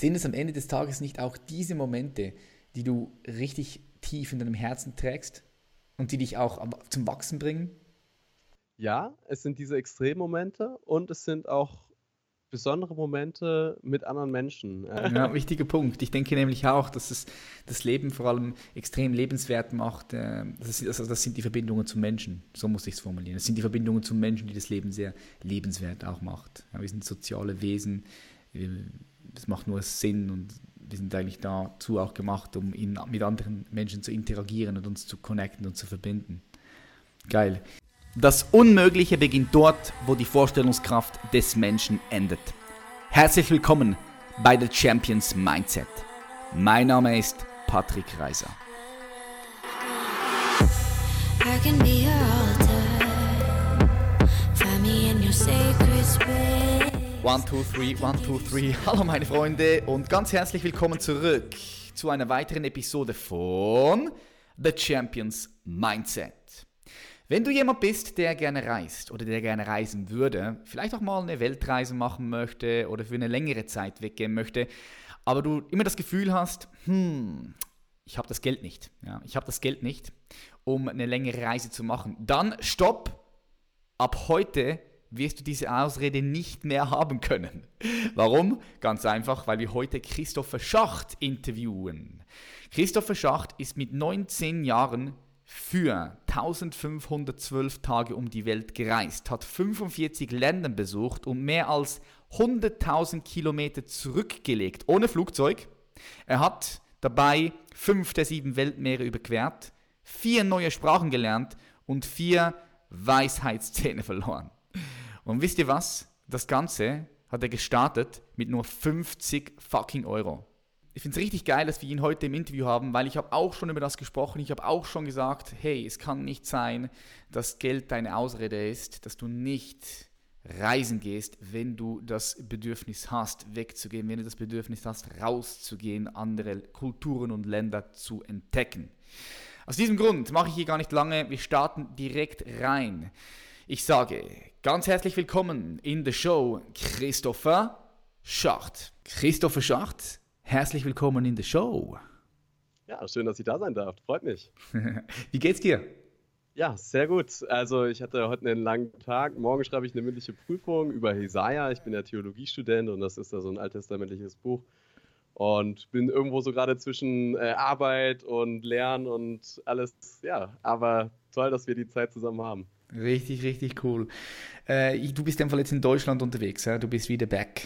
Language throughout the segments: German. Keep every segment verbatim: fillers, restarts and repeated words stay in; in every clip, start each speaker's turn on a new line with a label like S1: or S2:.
S1: sind es am Ende des Tages nicht auch diese Momente, die du richtig tief in deinem Herzen trägst und die dich auch zum Wachsen bringen?
S2: Ja, es sind diese Extremmomente und es sind auch besondere Momente mit anderen Menschen.
S1: Ja, wichtiger Punkt. Ich denke nämlich auch, dass es das Leben vor allem extrem lebenswert macht. äh, Das, ist, also das sind die Verbindungen zum Menschen. So muss ich es formulieren. Das sind die Verbindungen zum Menschen, die das Leben sehr lebenswert auch macht. Ja, wir sind soziale Wesen. Es macht nur Sinn und wir sind eigentlich dazu auch gemacht, um in, mit anderen Menschen zu interagieren und uns zu connecten und zu verbinden. Geil. Das Unmögliche beginnt dort, wo die Vorstellungskraft des Menschen endet. Herzlich willkommen bei The Champions Mindset. Mein Name ist Patrick Reiser. I can be your altar. Find me in your sacred space. One, two, three, one, two, three. Hallo meine Freunde und ganz herzlich willkommen zurück zu einer weiteren Episode von The Champions Mindset. Wenn du jemand bist, der gerne reist oder der gerne reisen würde, vielleicht auch mal eine Weltreise machen möchte oder für eine längere Zeit weggehen möchte, aber du immer das Gefühl hast, hm, ich habe das Geld nicht, ja, ich habe das Geld nicht, um eine längere Reise zu machen, dann stopp, ab heute wirst du diese Ausrede nicht mehr haben können. Warum? Ganz einfach, weil wir heute Christopher Schacht interviewen. Christopher Schacht ist mit neunzehn Jahren für eintausendfünfhundertzwölf Tage um die Welt gereist, hat fünfundvierzig Länder besucht und mehr als hunderttausend Kilometer zurückgelegt, ohne Flugzeug. Er hat dabei fünf der sieben Weltmeere überquert, vier neue Sprachen gelernt und vier Weisheitszähne verloren. Und wisst ihr was? Das Ganze hat er gestartet mit nur fünfzig fucking Euro. Ich finde es richtig geil, dass wir ihn heute im Interview haben, weil ich habe auch schon über das gesprochen. Ich habe auch schon gesagt, hey, es kann nicht sein, dass Geld deine Ausrede ist, dass du nicht reisen gehst, wenn du das Bedürfnis hast, wegzugehen, wenn du das Bedürfnis hast, rauszugehen, andere Kulturen und Länder zu entdecken. Aus diesem Grund mache ich hier gar nicht lange, wir starten direkt rein. Ich sage ganz herzlich willkommen in der Show Christopher Schacht. Christopher Schacht, herzlich willkommen in der Show.
S2: Ja, schön, dass ich da sein darf. Freut mich.
S1: Wie geht's dir?
S2: Ja, sehr gut. Also ich hatte heute einen langen Tag. Morgen schreibe ich eine mündliche Prüfung über Jesaja. Ich bin ja Theologiestudent und das ist da so ein alttestamentliches Buch. Und bin irgendwo so gerade zwischen äh, Arbeit und Lernen und alles. Ja, aber toll, dass wir die Zeit zusammen haben.
S1: Richtig, richtig cool. Äh, du bist einfach jetzt in Deutschland unterwegs, ja? Du bist wieder back.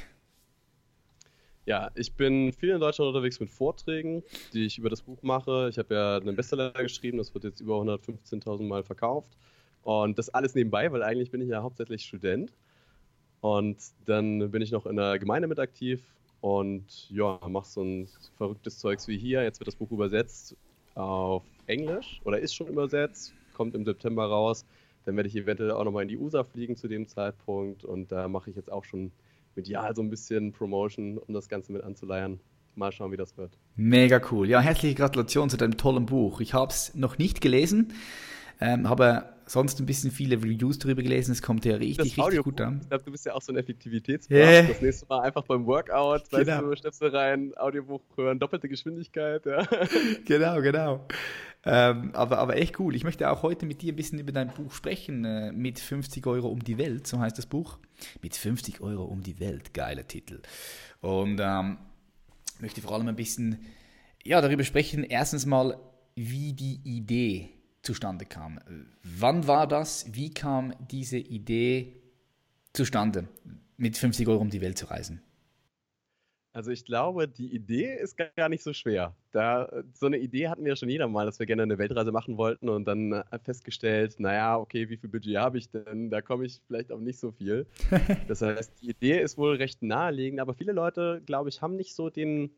S2: Ja, ich bin viel in Deutschland unterwegs mit Vorträgen, die ich über das Buch mache. Ich habe ja einen Bestseller geschrieben, das wird jetzt über hundertfünfzehntausend Mal verkauft. Und das alles nebenbei, weil eigentlich bin ich ja hauptsächlich Student. Und dann bin ich noch in der Gemeinde mit aktiv und ja, mache so ein verrücktes Zeugs wie hier. Jetzt wird das Buch übersetzt auf Englisch oder ist schon übersetzt, kommt im September raus. Dann werde ich eventuell auch nochmal in die U S A fliegen zu dem Zeitpunkt und da mache ich jetzt auch schon medial so ein bisschen Promotion, um das Ganze mit anzuleiern. Mal schauen, wie das wird.
S1: Mega cool. Ja, herzliche Gratulation zu deinem tollen Buch. Ich habe es noch nicht gelesen, ähm, habe sonst ein bisschen viele Reviews darüber gelesen. Es kommt ja richtig, richtig gut an.
S2: Ich glaube, du bist ja auch so ein Effektivitätsbuch.
S1: Yeah.
S2: Das nächste Mal einfach beim Workout,
S1: Genau.
S2: weißt du, Stöpsel rein, Audiobuch hören, doppelte Geschwindigkeit. Ja.
S1: Genau, genau. Ähm, aber, aber echt cool. Ich möchte auch heute mit dir ein bisschen über dein Buch sprechen. Äh, mit fünfzig Euro um die Welt, so heißt das Buch. Mit fünfzig Euro um die Welt, geiler Titel. Und ähm, möchte vor allem ein bisschen ja, darüber sprechen. Erstens mal, wie die Idee zustande kam. Wann war das? Wie kam diese Idee zustande, mit fünfzig Euro um die Welt zu reisen?
S2: Also ich glaube, die Idee ist gar nicht so schwer. Da, so eine Idee hatten wir ja schon jeder mal, dass wir gerne eine Weltreise machen wollten und dann festgestellt, naja, okay, wie viel Budget habe ich denn? Da komme ich vielleicht auf nicht so viel. Das heißt, die Idee ist wohl recht naheliegend, aber viele Leute, glaube ich, haben nicht so den,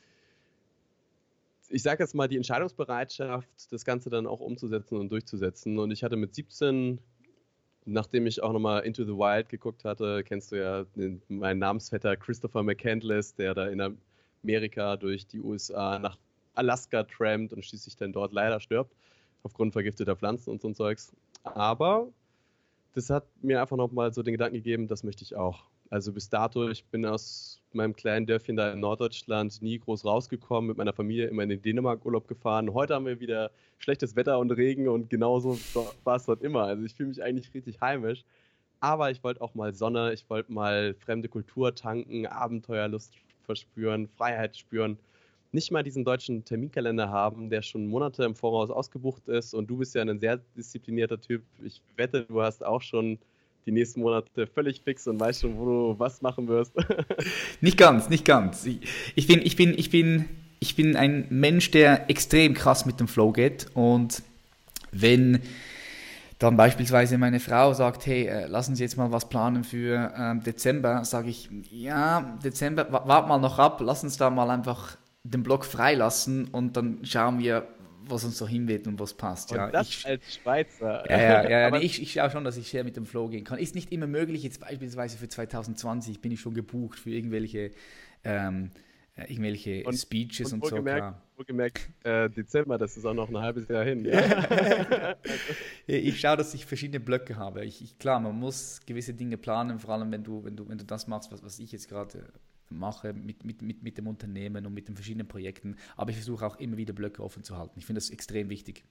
S2: ich sage jetzt mal, die Entscheidungsbereitschaft, das Ganze dann auch umzusetzen und durchzusetzen. Und ich hatte mit siebzehn, nachdem ich auch nochmal Into the Wild geguckt hatte, kennst du ja den, meinen Namensvetter Christopher McCandless, der da in Amerika durch die U S A nach Alaska trampt und schließlich dann dort leider stirbt, aufgrund vergifteter Pflanzen und so ein Zeugs. Aber das hat mir einfach nochmal so den Gedanken gegeben, das möchte ich auch. Also bis dato, ich bin aus meinem kleinen Dörfchen da in Norddeutschland nie groß rausgekommen, mit meiner Familie immer in den Dänemark Urlaub gefahren. Heute haben wir wieder schlechtes Wetter und Regen und genauso war es dort immer. Also ich fühle mich eigentlich richtig heimisch. Aber ich wollte auch mal Sonne, ich wollte mal fremde Kultur tanken, Abenteuerlust verspüren, Freiheit spüren. Nicht mal diesen deutschen Terminkalender haben, der schon Monate im Voraus ausgebucht ist. Und du bist ja ein sehr disziplinierter Typ. Ich wette, du hast auch schon die nächsten Monate völlig fix und weißt schon, wo du was machen wirst.
S1: Nicht ganz, nicht ganz. Ich, ich, bin, ich, bin, ich, bin, ich bin ein Mensch, der extrem krass mit dem Flow geht. Und wenn dann beispielsweise meine Frau sagt, hey, äh, lassen Sie jetzt mal was planen für ähm, Dezember, sage ich, ja, Dezember, w- wart mal noch ab, lass uns da mal einfach den Block freilassen und dann schauen wir, was uns so hinweht und was passt.
S2: Und
S1: Ja,
S2: das
S1: ich,
S2: als Schweizer.
S1: ja, ja, ja,
S2: Aber
S1: nee, ich, ich schaue schon, dass ich sehr mit dem Flow gehen kann. Ist nicht immer möglich, jetzt beispielsweise für zwanzig zwanzig bin ich schon gebucht für irgendwelche, ähm, äh, irgendwelche
S2: und,
S1: Speeches
S2: und
S1: und, so.
S2: wohlgemerkt,
S1: Klar.
S2: wohlgemerkt äh, Dezember, das ist auch noch ein halbes Jahr hin. Ja.
S1: Ich schaue, dass ich verschiedene Blöcke habe. Ich, ich, klar, man muss gewisse Dinge planen, vor allem wenn du, wenn du, wenn du das machst, was, was ich jetzt gerade mache mit, mit, mit, mit dem Unternehmen und mit den verschiedenen Projekten. Aber ich versuche auch immer wieder Blöcke offen zu halten. Ich finde das extrem wichtig.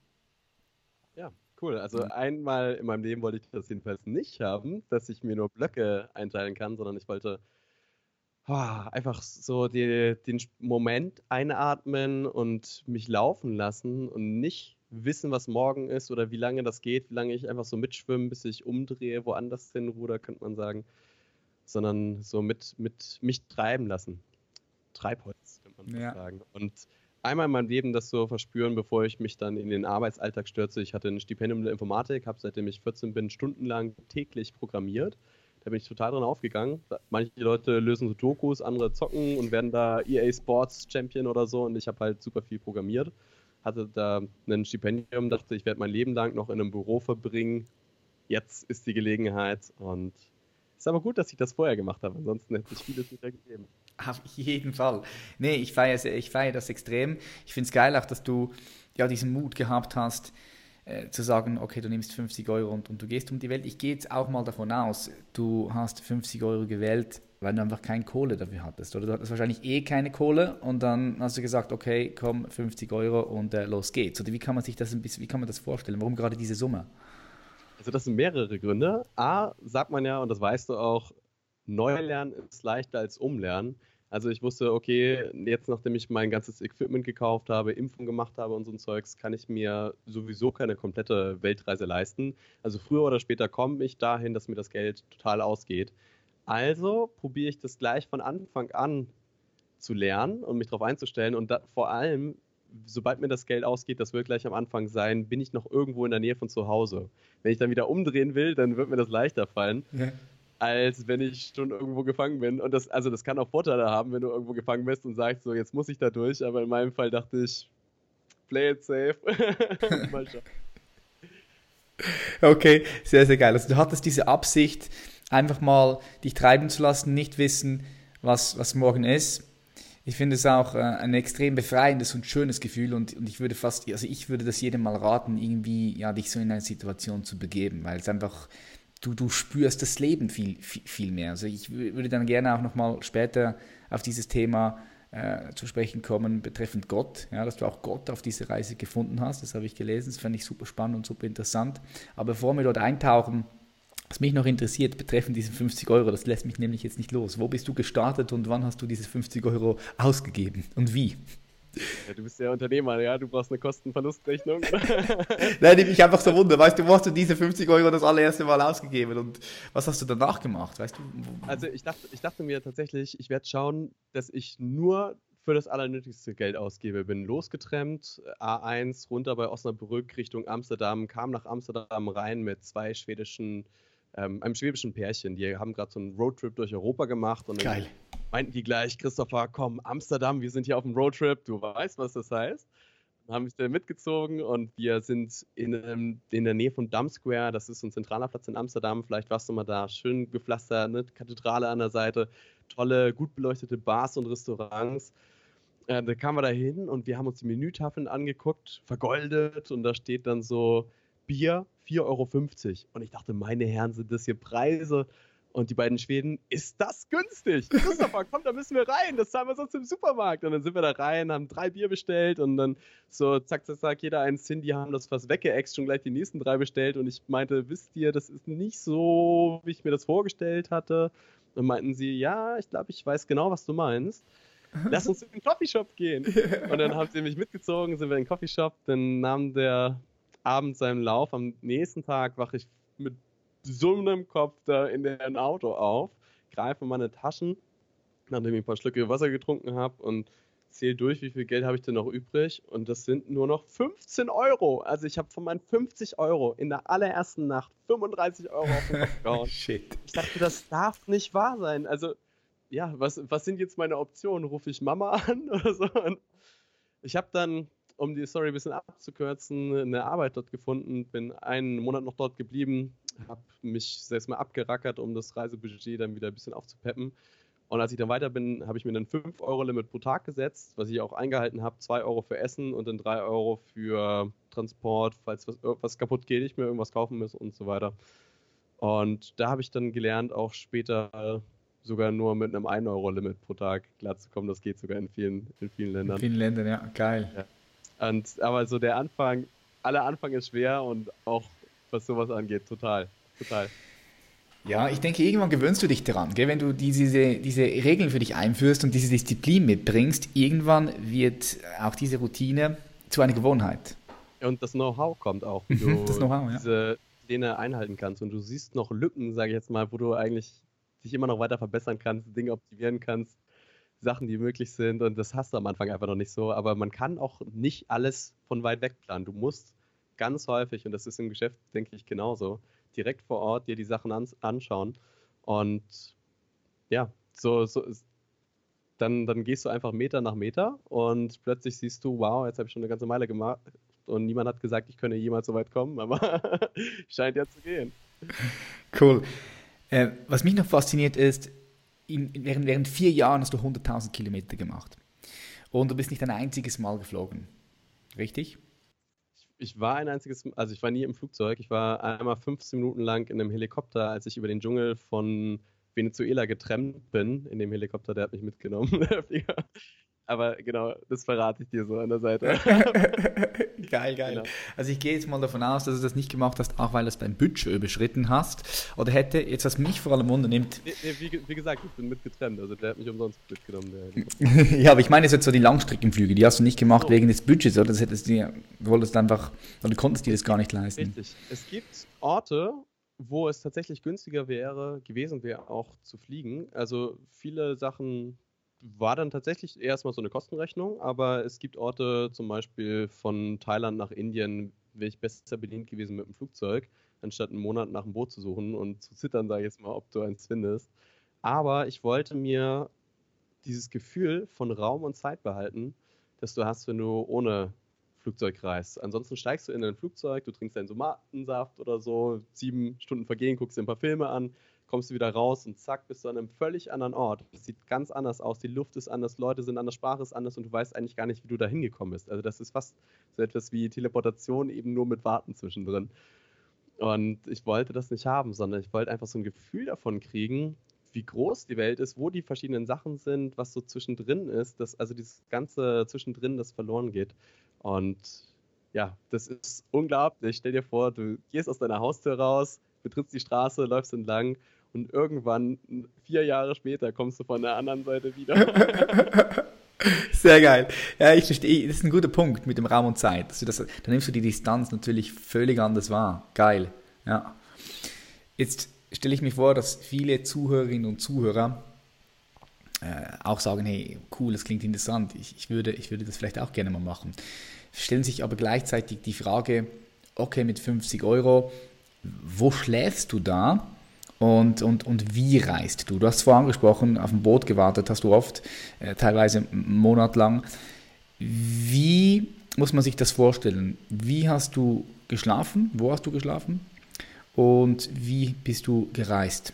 S2: Ja, cool. Also einmal in meinem Leben wollte ich das jedenfalls nicht haben, dass ich mir nur Blöcke einteilen kann, sondern ich wollte ah, einfach so die, den Moment einatmen und mich laufen lassen und nicht wissen, was morgen ist oder wie lange das geht, wie lange ich einfach so mitschwimme, bis ich umdrehe, woanders hin ruder, könnte man sagen, sondern so mit, mit mich treiben lassen. Treibholz, könnte man
S1: Ja.
S2: fast sagen. Und einmal in meinem Leben das so verspüren, bevor ich mich dann in den Arbeitsalltag stürze. Ich hatte ein Stipendium in der Informatik, habe seitdem ich vierzehn bin, stundenlang täglich programmiert. Da bin ich total drin aufgegangen. Manche Leute lösen so Dokus, andere zocken und werden da E A Sports Champion oder so. Und ich habe halt super viel programmiert. Hatte da ein Stipendium, dachte, ich werde mein Leben lang noch in einem Büro verbringen. Jetzt ist die Gelegenheit. Und es ist aber gut, dass ich das vorher gemacht habe. Ansonsten hätte sich vieles nicht mehr gegeben.
S1: Auf jeden Fall. Nee, ich feiere ich feiere das extrem. Ich finde es geil auch, dass du ja diesen Mut gehabt hast, äh, zu sagen, okay, du nimmst fünfzig Euro und, und du gehst um die Welt. Ich gehe jetzt auch mal davon aus, du hast fünfzig Euro gewählt, weil du einfach keine Kohle dafür hattest. Oder du hattest wahrscheinlich eh keine Kohle und dann hast du gesagt, okay, komm, fünfzig Euro und äh, los geht's. Oder wie kann man sich das ein bisschen, wie kann man das vorstellen? Warum gerade diese Summe?
S2: Also das sind mehrere Gründe. A, sagt man ja, und das weißt du auch, Neulernen ist leichter als Umlernen. Also ich wusste, okay, jetzt nachdem ich mein ganzes Equipment gekauft habe, Impfung gemacht habe und so ein Zeugs, kann ich mir sowieso keine komplette Weltreise leisten. Also früher oder später komme ich dahin, dass mir das Geld total ausgeht. Also probiere ich das gleich von Anfang an zu lernen und mich darauf einzustellen. Und da, vor allem, sobald mir das Geld ausgeht, das wird gleich am Anfang sein, bin ich noch irgendwo in der Nähe von zu Hause. Wenn ich dann wieder umdrehen will, dann wird mir das leichter fallen. Ja. Als wenn ich schon irgendwo gefangen bin. Und das, also das kann auch Vorteile haben, wenn du irgendwo gefangen bist und sagst, so jetzt muss ich da durch. Aber in meinem Fall dachte ich, play it safe. Mal schauen.
S1: Okay, sehr, sehr geil. Also du hattest diese Absicht, einfach mal dich treiben zu lassen, nicht wissen, was, was morgen ist. Ich finde es auch äh, ein extrem befreiendes und schönes Gefühl und, und ich würde fast, also ich würde das jedem mal raten, irgendwie ja, dich so in eine Situation zu begeben, weil es einfach Du, du spürst das Leben viel, viel, viel mehr. Also ich würde dann gerne auch nochmal später auf dieses Thema äh, zu sprechen kommen, betreffend Gott, ja, dass du auch Gott auf diese Reise gefunden hast. Das habe ich gelesen, das fand ich super spannend und super interessant. Aber bevor wir dort eintauchen, was mich noch interessiert, betreffend diese fünfzig Euro, das lässt mich nämlich jetzt nicht los. Wo bist du gestartet und wann hast du diese fünfzig Euro ausgegeben und wie?
S2: Ja, du bist ja Unternehmer, ja, du brauchst eine Kosten-Verlust-Rechnung.
S1: Nein, die mich einfach so wunder, weißt du, wo hast du diese fünfzig Euro das allererste Mal ausgegeben und was hast du danach gemacht, weißt du?
S2: Also ich dachte, ich dachte mir tatsächlich, ich werde schauen, dass ich nur für das allernötigste Geld ausgebe. Bin losgetrennt, A eins runter bei Osnabrück Richtung Amsterdam, kam nach Amsterdam rein mit zwei schwedischen, ähm, einem schwedischen Pärchen, die haben gerade so einen Roadtrip durch Europa gemacht und
S1: Geil.
S2: Meinten die gleich, Christopher, komm, Amsterdam, wir sind hier auf dem Roadtrip, du weißt, was das heißt. Dann haben mich da mitgezogen und wir sind in, in der Nähe von Dam Square, das ist so ein zentraler Platz in Amsterdam, vielleicht warst du mal da, schön gepflastert, ne? Kathedrale an der Seite, tolle, gut beleuchtete Bars und Restaurants. Äh, da kamen wir da hin und wir haben uns die Menütafeln angeguckt, vergoldet und da steht dann so Bier vier Euro fünfzig und ich dachte, meine Herren, sind das hier Preise? Und die beiden Schweden, ist das günstig? Christopher, komm, da müssen wir rein, das zahlen wir sonst im Supermarkt. Und dann sind wir da rein, haben drei Bier bestellt und dann so zack, zack, zack, jeder eins hin, die haben das fast weggeext, schon gleich die nächsten drei bestellt. Und ich meinte, wisst ihr, das ist nicht so, wie ich mir das vorgestellt hatte. Und meinten sie, ja, ich glaube, ich weiß genau, was du meinst. Lass uns in den Coffeeshop gehen. Und dann haben sie mich mitgezogen, sind wir in den Coffeeshop, dann nahm der Abend seinen Lauf. Am nächsten Tag wache ich mit so einem Kopf da in ein Auto auf, greife in meine Taschen, nachdem ich ein paar Schlücke Wasser getrunken habe und zähle durch, wie viel Geld habe ich denn noch übrig und das sind nur noch fünfzehn Euro. Also ich habe von meinen fünfzig Euro in der allerersten Nacht fünfunddreißig Euro auf den Kopf gehauen.
S1: Shit.
S2: Ich dachte, das darf nicht wahr sein. Also ja, was, was sind jetzt meine Optionen? Rufe ich Mama an oder so? Und ich habe dann, um die Story ein bisschen abzukürzen, eine Arbeit dort gefunden, bin einen Monat noch dort geblieben, habe mich selbst mal abgerackert, um das Reisebudget dann wieder ein bisschen aufzupeppen. Und als ich dann weiter bin, habe ich mir ein fünf Euro Limit pro Tag gesetzt, was ich auch eingehalten habe. zwei Euro für Essen und dann drei Euro für Transport, falls was, was kaputt geht, ich mir irgendwas kaufen muss und so weiter. Und da habe ich dann gelernt, auch später sogar nur mit einem ein Euro Limit pro Tag klarzukommen. Das geht sogar in vielen, in vielen Ländern.
S1: In vielen Ländern, ja, geil.
S2: Ja. Und, aber so der Anfang, aller Anfang ist schwer und auch was sowas angeht, total, total.
S1: Ja, ich denke, irgendwann gewöhnst du dich daran, gell? Wenn du diese, diese Regeln für dich einführst und diese Disziplin mitbringst, irgendwann wird auch diese Routine zu einer Gewohnheit.
S2: Und das Know-how kommt auch, wie du
S1: Das Know-how, ja.
S2: diese Pläne einhalten kannst. Und du siehst noch Lücken, sage ich jetzt mal, wo du eigentlich dich immer noch weiter verbessern kannst, Dinge optimieren kannst, Sachen, die möglich sind. Und das hast du am Anfang einfach noch nicht so. Aber man kann auch nicht alles von weit weg planen. Du musst ganz häufig, und das ist im Geschäft, denke ich, genauso, direkt vor Ort dir die Sachen ans- anschauen und ja, so, so ist- dann, dann gehst du einfach Meter nach Meter und plötzlich siehst du, wow, jetzt habe ich schon eine ganze Meile gemacht und niemand hat gesagt, ich könne jemals so weit kommen, aber scheint ja zu gehen.
S1: Cool. Äh, was mich noch fasziniert ist, in, während, während vier Jahren hast du hunderttausend Kilometer gemacht. Und du bist nicht ein einziges Mal geflogen. Richtig?
S2: Ich war ein einziges, also ich war nie im Flugzeug, ich war einmal fünfzehn Minuten lang in einem Helikopter, als ich über den Dschungel von Venezuela getrennt bin, in dem Helikopter, der hat mich mitgenommen, der Flieger. Aber genau, das verrate ich dir so an der Seite.
S1: Geil, geil.
S2: Genau.
S1: Also ich gehe jetzt mal davon aus, dass du das nicht gemacht hast, auch weil du es beim Budget überschritten hast. Oder hätte, jetzt was mich vor allem wundernimmt,
S2: Nee, nee, wie, ge- wie gesagt, ich bin mitgetrennt, also der hat mich umsonst mitgenommen. Der Helikopter.
S1: ja, aber ich meine jetzt so die Langstreckenflüge, die hast du nicht gemacht
S2: So.
S1: wegen des Budgets, oder? Das hättest du, dir- du wolltest einfach, oder du konntest dir das gar nicht leisten.
S2: Richtig. Es gibt Orte, wo es tatsächlich günstiger wäre, gewesen wäre, auch zu fliegen. Also viele Sachen war dann tatsächlich erstmal so eine Kostenrechnung, aber es gibt Orte, zum Beispiel von Thailand nach Indien, wäre ich besser bedient gewesen mit dem Flugzeug, anstatt einen Monat nach einem Boot zu suchen und zu zittern, sage ich jetzt mal, ob du eins findest. Aber ich wollte mir dieses Gefühl von Raum und Zeit behalten, das du hast, wenn du ohne Flugzeug reist. Ansonsten steigst du in ein Flugzeug, du trinkst deinen Tomatensaft oder so, sieben Stunden vergehen, guckst dir ein paar Filme an, kommst du wieder raus und zack, bist du an einem völlig anderen Ort. Es sieht ganz anders aus, die Luft ist anders, Leute sind anders, Sprache ist anders und du weißt eigentlich gar nicht, wie du da hingekommen bist. Also das ist fast so etwas wie Teleportation, eben nur mit Warten zwischendrin. Und ich wollte das nicht haben, sondern ich wollte einfach so ein Gefühl davon kriegen, wie groß die Welt ist, wo die verschiedenen Sachen sind, was so zwischendrin ist, dass also dieses ganze zwischendrin, das verloren geht. Und ja, das ist unglaublich. Stell dir vor, du gehst aus deiner Haustür raus, betrittst die Straße, läufst entlang und irgendwann, vier Jahre später, kommst du von der anderen Seite wieder.
S1: Sehr geil. Ja, ich verstehe. Das ist ein guter Punkt mit dem Raum und Zeit. Also das, da nimmst du die Distanz natürlich völlig anders wahr. Geil. Ja. Jetzt stelle ich mir vor, dass viele Zuhörerinnen und Zuhörer äh, auch sagen, hey, cool, das klingt interessant. Ich, ich, würde, ich würde das vielleicht auch gerne mal machen. Stellen sich aber gleichzeitig die Frage, okay, mit fünfzig Euro, wo schläfst du da? Und, und, und wie reist du? Du hast es vorher angesprochen, auf dem Boot gewartet hast du oft, äh, teilweise einen Monat lang. Wie muss man sich das vorstellen? Wie hast du geschlafen? Wo hast du geschlafen? Und wie bist du gereist?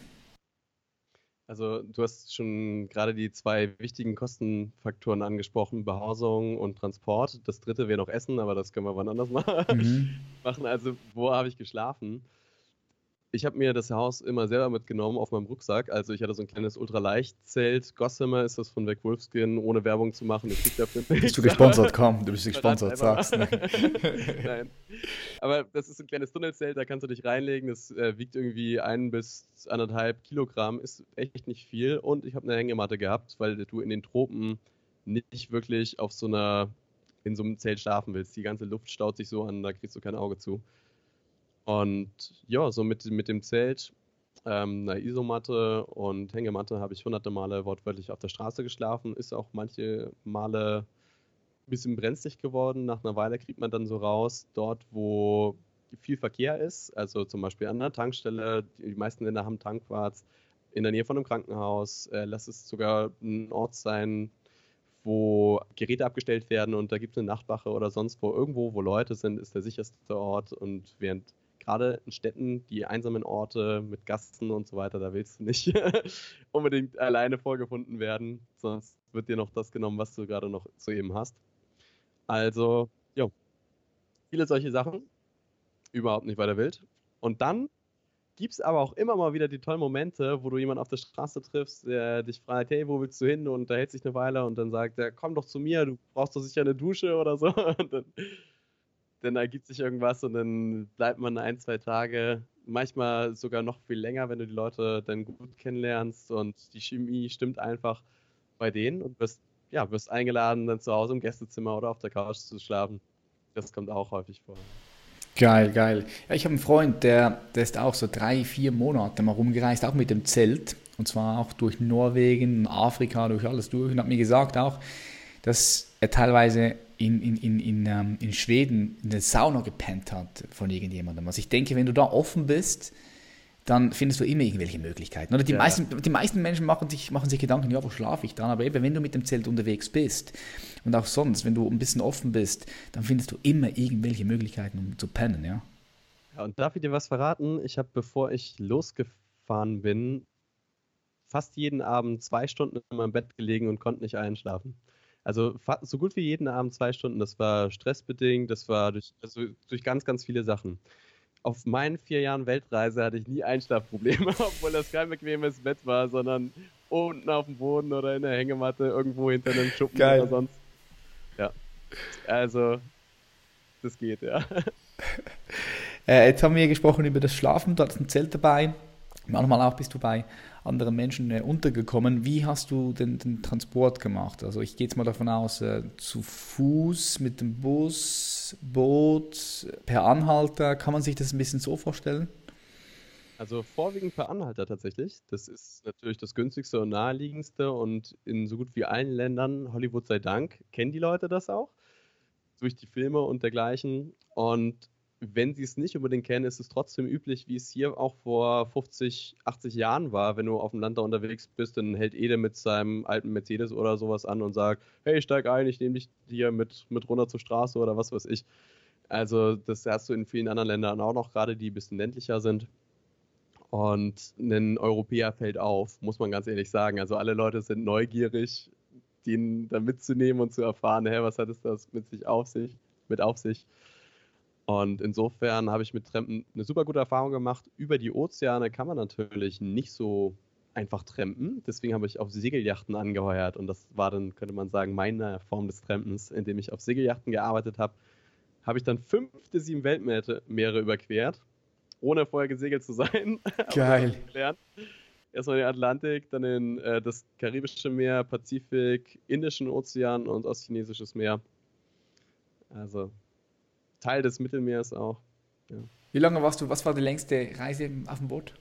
S2: Also du hast schon gerade die zwei wichtigen Kostenfaktoren angesprochen, Behausung und Transport. Das dritte wäre noch Essen, aber das können wir wann anders mal
S1: Mhm.
S2: machen. Also wo habe ich geschlafen? Ich habe mir das Haus immer selber mitgenommen auf meinem Rucksack. Also ich hatte so ein kleines Ultraleicht-Zelt. Gossamer ist das von Weg Wolfskin, ohne Werbung zu machen. Ich krieg dafür nichts.
S1: Bist du gesponsert? Komm, du bist
S2: Verrat
S1: gesponsert,
S2: einfach
S1: sag's.
S2: mal.
S1: Ne?
S2: Nein. Aber das ist ein kleines Tunnelzelt, da kannst du dich reinlegen. Das äh, wiegt irgendwie ein bis anderthalb Kilogramm, ist echt nicht viel. Und ich habe eine Hängematte gehabt, weil du in den Tropen nicht wirklich auf so einer, in so einem Zelt schlafen willst. Die ganze Luft staut sich so an, da kriegst du kein Auge zu. Und ja, so mit, mit dem Zelt, ähm, einer Isomatte und Hängematte habe ich hunderte Male wortwörtlich auf der Straße geschlafen. Ist auch manche Male ein bisschen brenzlig geworden. Nach einer Weile kriegt man dann so raus, dort wo viel Verkehr ist, also zum Beispiel an einer Tankstelle, die meisten Länder haben Tankwart, in der Nähe von einem Krankenhaus, äh, lass es sogar ein Ort sein, wo Geräte abgestellt werden und da gibt es eine Nachtwache oder sonst wo. Irgendwo, wo Leute sind, ist der sicherste Ort. Und während gerade in Städten, die einsamen Orte mit Gassen und so weiter, da willst du nicht unbedingt alleine vorgefunden werden, sonst wird dir noch das genommen, was du gerade noch soeben hast. Also, ja, viele solche Sachen, überhaupt nicht weiter wild. Und dann gibt es aber auch immer mal wieder die tollen Momente, wo du jemanden auf der Straße triffst, der dich fragt, hey, wo willst du hin? Und da hält sich eine Weile und dann sagt er, komm doch zu mir, du brauchst doch sicher eine Dusche oder so. Und dann, dann ergibt sich irgendwas und dann bleibt man ein, zwei Tage, manchmal sogar noch viel länger, wenn du die Leute dann gut kennenlernst und die Chemie stimmt einfach bei denen und wirst, ja, wirst eingeladen, dann zu Hause im Gästezimmer oder auf der Couch zu schlafen. Das kommt auch häufig vor.
S1: Geil, geil. Ja, ich habe einen Freund, der, der ist auch so drei, vier Monate mal rumgereist, auch mit dem Zelt. Und zwar auch durch Norwegen, Afrika, durch alles durch. Und hat mir gesagt auch, dass er teilweise in, in, in, in, ähm, in Schweden in der Sauna gepennt hat von irgendjemandem. Also ich denke, wenn du da offen bist, dann findest du immer irgendwelche Möglichkeiten. Oder die,
S2: Ja.
S1: meisten, die meisten Menschen machen sich, machen sich Gedanken, ja, wo schlafe ich dann? Aber eben, wenn du mit dem Zelt unterwegs bist und auch sonst, wenn du ein bisschen offen bist, dann findest du immer irgendwelche Möglichkeiten, um zu pennen, ja.
S2: Ja, und darf ich dir was verraten? Ich habe, bevor ich losgefahren bin, fast jeden Abend zwei Stunden in meinem Bett gelegen und konnte nicht einschlafen. Also fa- so gut wie jeden Abend zwei Stunden. Das war stressbedingt, das war durch, also durch ganz, ganz viele Sachen. Auf meinen vier Jahren Weltreise hatte ich nie Einschlafprobleme, obwohl das kein bequemes Bett war, sondern unten auf dem Boden oder in der Hängematte, irgendwo hinter einem Schuppen
S1: Geil.
S2: oder sonst. Ja, also das geht, ja.
S1: Äh, jetzt haben wir gesprochen über das Schlafen, du hattest ein Zelt dabei. Manchmal auch bist du bei anderen Menschen äh, untergekommen. Wie hast du den, den Transport gemacht? Also ich gehe jetzt mal davon aus, äh, zu Fuß, mit dem Bus, Boot, per Anhalter. Kann man sich das ein bisschen so vorstellen?
S2: Also vorwiegend per Anhalter tatsächlich. Das ist natürlich das günstigste und naheliegendste und in so gut wie allen Ländern, Hollywood sei Dank, kennen die Leute das auch durch die Filme und dergleichen. Und wenn sie es nicht unbedingt kennen, ist es trotzdem üblich, wie es hier auch vor fünfzig, achtzig Jahren war. Wenn du auf dem Land da unterwegs bist, dann hält Ede mit seinem alten Mercedes oder sowas an und sagt, hey, steig ein, ich nehme dich hier mit, mit runter zur Straße oder was weiß ich. Also das hast du in vielen anderen Ländern auch noch, gerade die ein bisschen ländlicher sind. Und ein Europäer fällt auf, muss man ganz ehrlich sagen. Also alle Leute sind neugierig, den da mitzunehmen und zu erfahren, hey, was hat es das mit sich auf sich, mit auf sich. Und insofern habe ich mit Trampen eine super gute Erfahrung gemacht. Über die Ozeane kann man natürlich nicht so einfach trampen. Deswegen habe ich auf Segelyachten angeheuert. Und das war dann, könnte man sagen, meine Form des Trampens, indem ich auf Segelyachten gearbeitet habe. Habe ich dann fünf der sieben Weltmeere überquert, ohne vorher gesegelt zu sein. Aber das habe
S1: Geil.
S2: ich gelernt. Erstmal den Atlantik, dann den, äh, das Karibische Meer, Pazifik, Indischen Ozean und Ostchinesisches Meer. Also Teil des Mittelmeers auch. Ja.
S1: Wie lange warst du, was war die längste Reise auf dem Boot?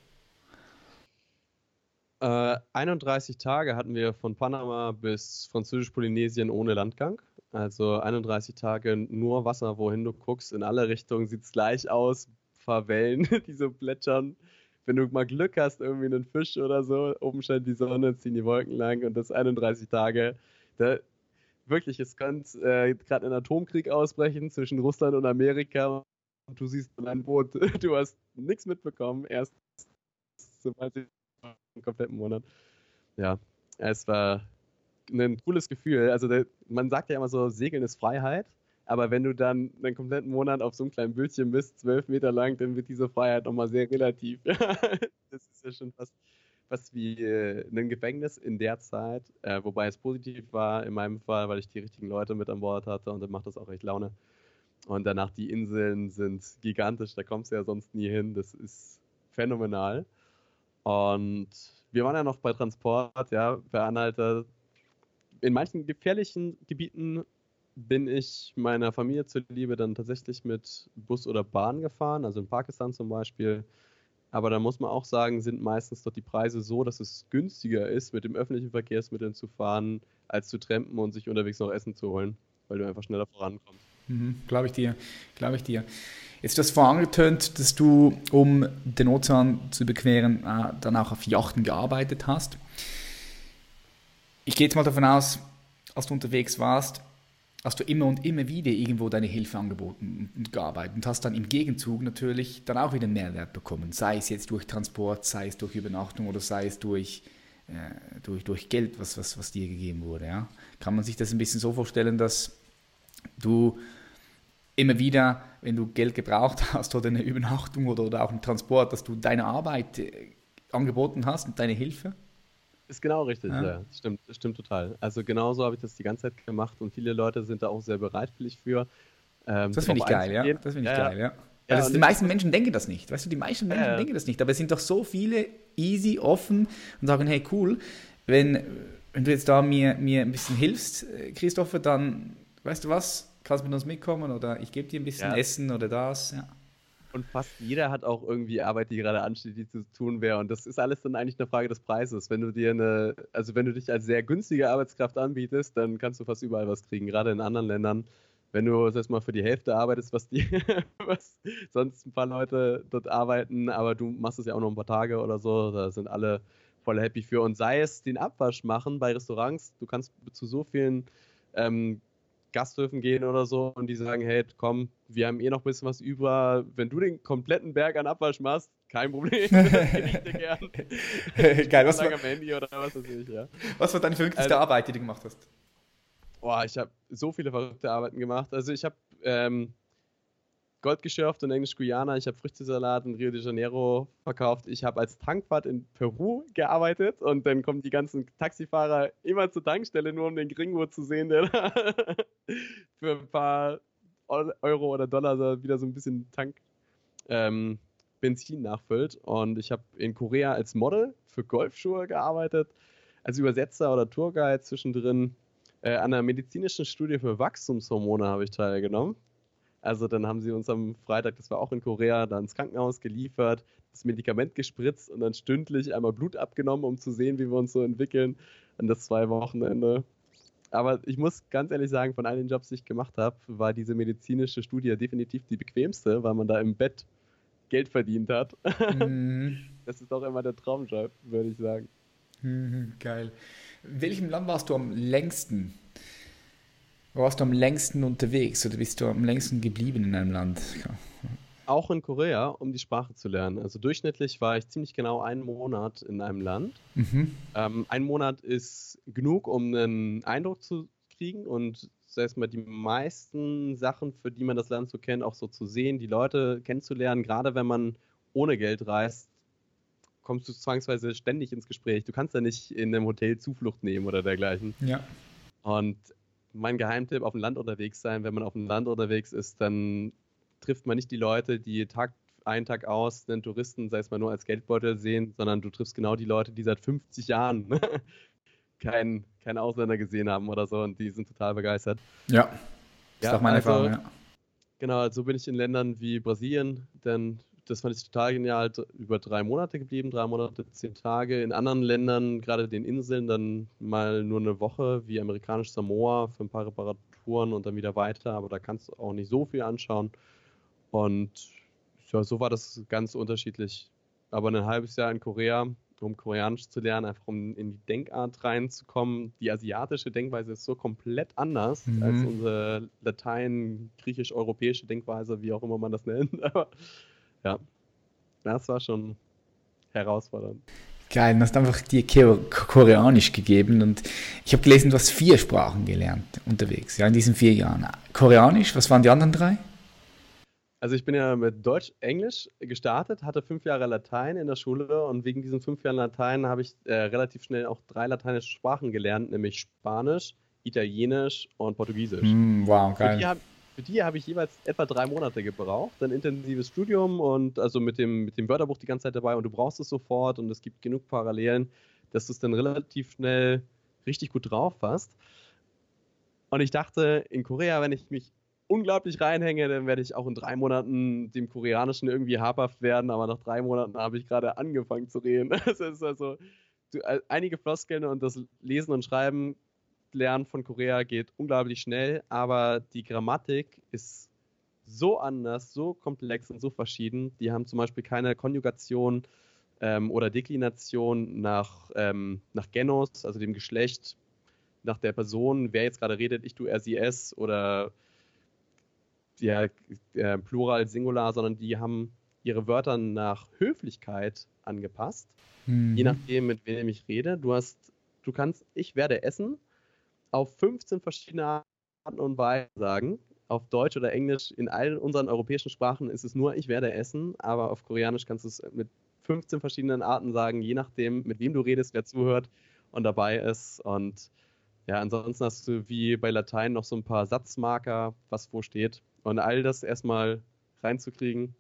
S2: Äh, einunddreißig Tage hatten wir von Panama bis Französisch-Polynesien ohne Landgang. Also einunddreißig Tage nur Wasser, wohin du guckst. In alle Richtungen sieht es gleich aus. Paar Wellen, die so plätschern. Wenn du mal Glück hast, irgendwie einen Fisch oder so, oben scheint die Sonne, ziehen die Wolken lang und das einunddreißig Tage. Da, wirklich, es könnte äh, gerade ein Atomkrieg ausbrechen zwischen Russland und Amerika und du siehst ein Boot, du hast nichts mitbekommen, erst sobald sie einen kompletten Monat. Ja, es war ein cooles Gefühl. Also der, man sagt ja immer so, Segeln ist Freiheit, Aber wenn du dann einen kompletten Monat auf so einem kleinen Bötchen bist, zwölf Meter lang, dann wird diese Freiheit nochmal sehr relativ. Das ist ja schon fast, fast wie äh, ein Gefängnis in der Zeit, äh, wobei es positiv war in meinem Fall, weil ich die richtigen Leute mit an Bord hatte und dann macht das auch echt Laune. Und danach die Inseln sind gigantisch, da kommst du ja sonst nie hin, das ist phänomenal. Und wir waren ja noch bei Transport, ja, per Anhalter. In manchen gefährlichen Gebieten bin ich meiner Familie zuliebe dann tatsächlich mit Bus oder Bahn gefahren, also in Pakistan zum Beispiel. Aber da muss man auch sagen, sind meistens dort die Preise so, dass es günstiger ist, mit dem öffentlichen Verkehrsmitteln zu fahren, als zu trampen und sich unterwegs noch Essen zu holen, weil du einfach schneller vorankommst.
S1: Mhm, glaube ich dir, glaube ich dir. Jetzt hast du vorhin angetönt, dass du, um den Ozean zu überqueren, äh, dann auch auf Yachten gearbeitet hast. Ich gehe jetzt mal davon aus, als du unterwegs warst, hast du immer und immer wieder irgendwo deine Hilfe angeboten und gearbeitet und hast dann im Gegenzug natürlich dann auch wieder einen Mehrwert bekommen. Sei es jetzt durch Transport, sei es durch Übernachtung oder sei es durch, äh, durch, durch Geld, was, was, was dir gegeben wurde. Ja? Kann man sich das ein bisschen so vorstellen, dass du immer wieder, wenn du Geld gebraucht hast oder eine Übernachtung oder, oder auch einen Transport, dass du deine Arbeit äh, angeboten hast und deine Hilfe?
S2: Ist genau richtig,
S1: Ja.
S2: ja. Das stimmt, das stimmt total. Also genauso habe ich das die ganze Zeit gemacht und viele Leute sind da auch sehr bereitwillig für, ähm,
S1: Das finde
S2: drauf
S1: ich geil, ja.
S2: einzugehen.
S1: Das finde ich
S2: Ja,
S1: geil, ja. Weil
S2: ja,
S1: das,
S2: und
S1: die
S2: das
S1: meisten
S2: ist,
S1: Menschen denken das nicht. Weißt du, die meisten Menschen
S2: ja,
S1: denken das nicht. Aber es sind doch so viele easy, offen und sagen, hey, cool, wenn, wenn du jetzt da mir, mir ein bisschen hilfst, äh, Christopher, dann, weißt du was, kannst mit uns mitkommen oder ich gebe dir ein bisschen
S2: ja.
S1: Essen oder das. Ja.
S2: Und fast jeder hat auch irgendwie Arbeit, die gerade ansteht, die zu tun wäre. Und das ist alles dann eigentlich eine Frage des Preises. Wenn du dir eine, also wenn du dich als sehr günstige Arbeitskraft anbietest, dann kannst du fast überall was kriegen, gerade in anderen Ländern. Wenn du das mal für die Hälfte arbeitest, was die, was sonst ein paar Leute dort arbeiten, aber du machst es ja auch noch ein paar Tage oder so, da sind alle voll happy für. Und sei es den Abwasch machen bei Restaurants, du kannst zu so vielen ähm, Gasthöfen gehen oder so und die sagen, hey, komm, wir haben eh noch ein bisschen was über. Wenn du den kompletten Berg an Abwasch machst, kein Problem, das kenne ich dir gern. Ich
S1: Geil,
S2: bin
S1: was
S2: lang
S1: war,
S2: am Handy oder was weiß ich, ja.
S1: was war deine verrückteste
S2: Also,
S1: Arbeit, die du gemacht hast?
S2: boah, ich habe so viele verrückte Arbeiten gemacht. Also ich habe ähm, Gold geschürft in Englisch-Guyana, ich habe Früchtesalat in Rio de Janeiro verkauft, ich habe als Tankwart in Peru gearbeitet und dann kommen die ganzen Taxifahrer immer zur Tankstelle, nur um den Gringo zu sehen, der da für ein paar Euro oder Dollar so wieder so ein bisschen Tank ähm, Benzin nachfüllt. Und ich habe in Korea als Model für Golfschuhe gearbeitet, als Übersetzer oder Tourguide zwischendrin. Äh, an einer medizinischen Studie für Wachstumshormone habe ich teilgenommen. Also dann haben sie uns am Freitag, das war auch in Korea, dann ins Krankenhaus geliefert, das Medikament gespritzt und dann stündlich einmal Blut abgenommen, um zu sehen, wie wir uns so entwickeln. Und das zwei Wochenende. Aber ich muss ganz ehrlich sagen, von all den Jobs, die ich gemacht habe, war diese medizinische Studie definitiv die bequemste, weil man da im Bett Geld verdient hat.
S1: Mhm.
S2: Das ist doch immer der Traumjob, würde ich sagen.
S1: Mhm, geil. In welchem Land warst du am längsten? Wo warst du am längsten unterwegs oder bist du am längsten geblieben in einem Land?
S2: Auch in Korea, um die Sprache zu lernen. Also durchschnittlich war ich ziemlich genau einen Monat in einem Land.
S1: Mhm.
S2: Ähm, ein Monat ist genug, um einen Eindruck zu kriegen und sei es mal die meisten Sachen, für die man das Land so kennt, auch so zu sehen, die Leute kennenzulernen. Gerade wenn man ohne Geld reist, kommst du zwangsweise ständig ins Gespräch. Du kannst ja nicht in einem Hotel Zuflucht nehmen oder dergleichen.
S1: Ja.
S2: Und mein Geheimtipp, auf dem Land unterwegs sein, wenn man auf dem Land unterwegs ist, dann trifft man nicht die Leute, die Tag ein, Tag aus den Touristen, sei es mal nur als Geldbeutel sehen, sondern du triffst genau die Leute, die seit fünfzig Jahren keinen kein Ausländer gesehen haben oder so und die sind total begeistert.
S1: Ja, das ist
S2: Ja,
S1: auch meine
S2: also
S1: Erfahrung, ja.
S2: genau, so bin ich in Ländern wie Brasilien, denn das fand ich total genial, d- über drei Monate geblieben, drei Monate, zehn Tage. In anderen Ländern, gerade den Inseln, dann mal nur eine Woche, wie amerikanisch Samoa, für ein paar Reparaturen und dann wieder weiter, aber da kannst du auch nicht so viel anschauen. Und ja, so war das ganz unterschiedlich. Aber ein halbes Jahr in Korea, um Koreanisch zu lernen, einfach um in die Denkart reinzukommen. Die asiatische Denkweise ist so komplett anders als
S1: Mhm.
S2: unsere Latein-, griechisch-europäische Denkweise, wie auch immer man das nennt. Aber ja, das war schon herausfordernd.
S1: Geil, du hast einfach dir Ko- Koreanisch gegeben und ich habe gelesen, du hast vier Sprachen gelernt unterwegs, ja, in diesen vier Jahren. Koreanisch, was waren die anderen drei?
S2: Also ich bin ja mit Deutsch, Englisch gestartet, hatte fünf Jahre Latein in der Schule und wegen diesen fünf Jahren Latein habe ich äh, relativ schnell auch drei lateinische Sprachen gelernt, nämlich Spanisch, Italienisch und Portugiesisch.
S1: Hm, wow,
S2: Für
S1: geil.
S2: die habe für die habe ich jeweils etwa drei Monate gebraucht, ein intensives Studium und also mit dem, mit dem Wörterbuch die ganze Zeit dabei und du brauchst es sofort und es gibt genug Parallelen, dass du es dann relativ schnell richtig gut drauf hast. Und ich dachte, in Korea, wenn ich mich unglaublich reinhänge, dann werde ich auch in drei Monaten dem Koreanischen irgendwie habhaft werden, aber nach drei Monaten habe ich gerade angefangen zu reden. Es ist also du, äh, einige Floskeln und das Lesen und Schreiben lernen von Korea geht unglaublich schnell, aber die Grammatik ist so anders, so komplex und so verschieden. Die haben zum Beispiel keine Konjugation ähm, oder Deklination nach, ähm, nach Genus, also dem Geschlecht, nach der Person, wer jetzt gerade redet, ich, du, er, sie, es oder ja, äh, Plural, Singular, sondern die haben ihre Wörter nach Höflichkeit angepasst, je
S1: Mhm.
S2: nachdem, mit wem ich rede. Du hast, du kannst, ich werde essen, auf fünfzehn verschiedene Arten und Weisen sagen. Auf Deutsch oder Englisch, in allen unseren europäischen Sprachen ist es nur, ich werde essen, aber auf Koreanisch kannst du es mit fünfzehn verschiedenen Arten sagen, je nachdem, mit wem du redest, wer zuhört und dabei ist. Und ja, ansonsten hast du wie bei Latein noch so ein paar Satzmarker, was wo steht. Und all das erstmal reinzukriegen,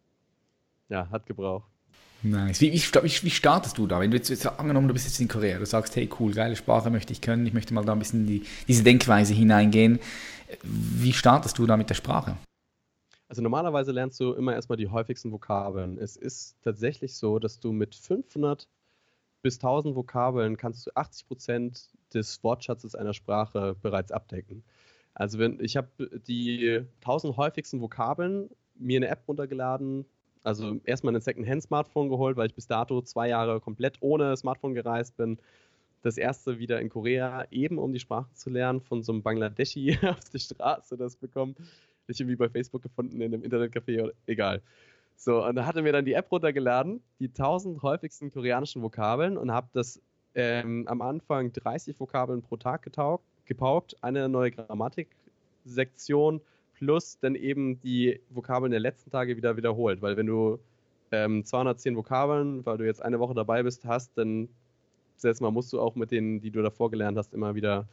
S2: ja, hat gebraucht.
S1: Nice. Wie, wie, sta- wie, wie startest du da? Wenn du jetzt, jetzt angenommen, du bist jetzt in Korea, du sagst, hey cool, geile Sprache möchte ich können, ich möchte mal da ein bisschen in die, diese Denkweise hineingehen. Wie startest du da mit der Sprache?
S2: Also normalerweise lernst du immer erstmal die häufigsten Vokabeln. Es ist tatsächlich so, dass du mit fünfhundert bis tausend Vokabeln kannst du achtzig Prozent des Wortschatzes einer Sprache bereits abdecken. Also wenn ich habe die tausend häufigsten Vokabeln mir eine App runtergeladen, also erstmal ein Secondhand-Smartphone geholt, weil ich bis dato zwei Jahre komplett ohne Smartphone gereist bin. Das erste wieder in Korea, eben um die Sprache zu lernen, von so einem Bangladeschi auf der Straße das bekommen. Nicht irgendwie bei Facebook gefunden in einem Internetcafé, oder egal. So, und da hatte mir dann die App runtergeladen, die tausend häufigsten koreanischen Vokabeln und habe das ähm, am Anfang dreißig Vokabeln pro Tag getaugt, gepaukt, eine neue Grammatiksektion plus dann eben die Vokabeln der letzten Tage wieder wiederholt. Weil wenn du ähm, zweihundertzehn Vokabeln, weil du jetzt eine Woche dabei bist, hast, dann selbst mal musst du auch mit denen, die du davor gelernt hast, immer wieder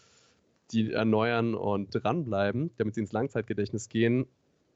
S2: die erneuern und dranbleiben, damit sie ins Langzeitgedächtnis gehen.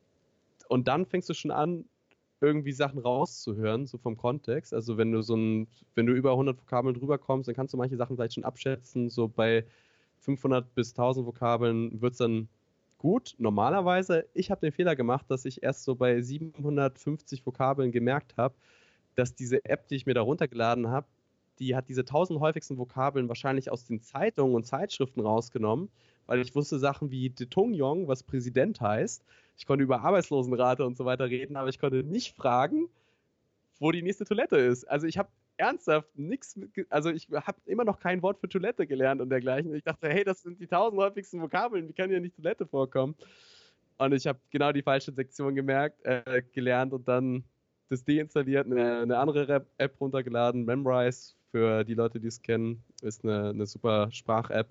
S2: Und dann fängst du schon an, irgendwie Sachen rauszuhören, so vom Kontext. Also wenn du so ein, wenn du über hundert Vokabeln drüber kommst, dann kannst du manche Sachen vielleicht schon abschätzen. So bei fünfhundert bis tausend Vokabeln wird es dann gut. Normalerweise, ich habe den Fehler gemacht, dass ich erst so bei siebenhundertfünfzig Vokabeln gemerkt habe, dass diese App, die ich mir da runtergeladen habe, die hat diese tausend häufigsten Vokabeln wahrscheinlich aus den Zeitungen und Zeitschriften rausgenommen, weil ich wusste Sachen wie Dae-Tong-Yong, was Präsident heißt. Ich konnte über Arbeitslosenrate und so weiter reden, aber ich konnte nicht fragen, wo die nächste Toilette ist. Also ich habe ernsthaft nichts, also ich habe immer noch kein Wort für Toilette gelernt und dergleichen. Ich dachte, hey, das sind die tausend häufigsten Vokabeln, wie kann hier nicht Toilette vorkommen? Und ich habe genau die falsche Sektion gemerkt, äh, gelernt und dann das deinstalliert, eine, eine andere App runtergeladen, Memrise, für die Leute, die es kennen, ist eine, eine super Sprach-App.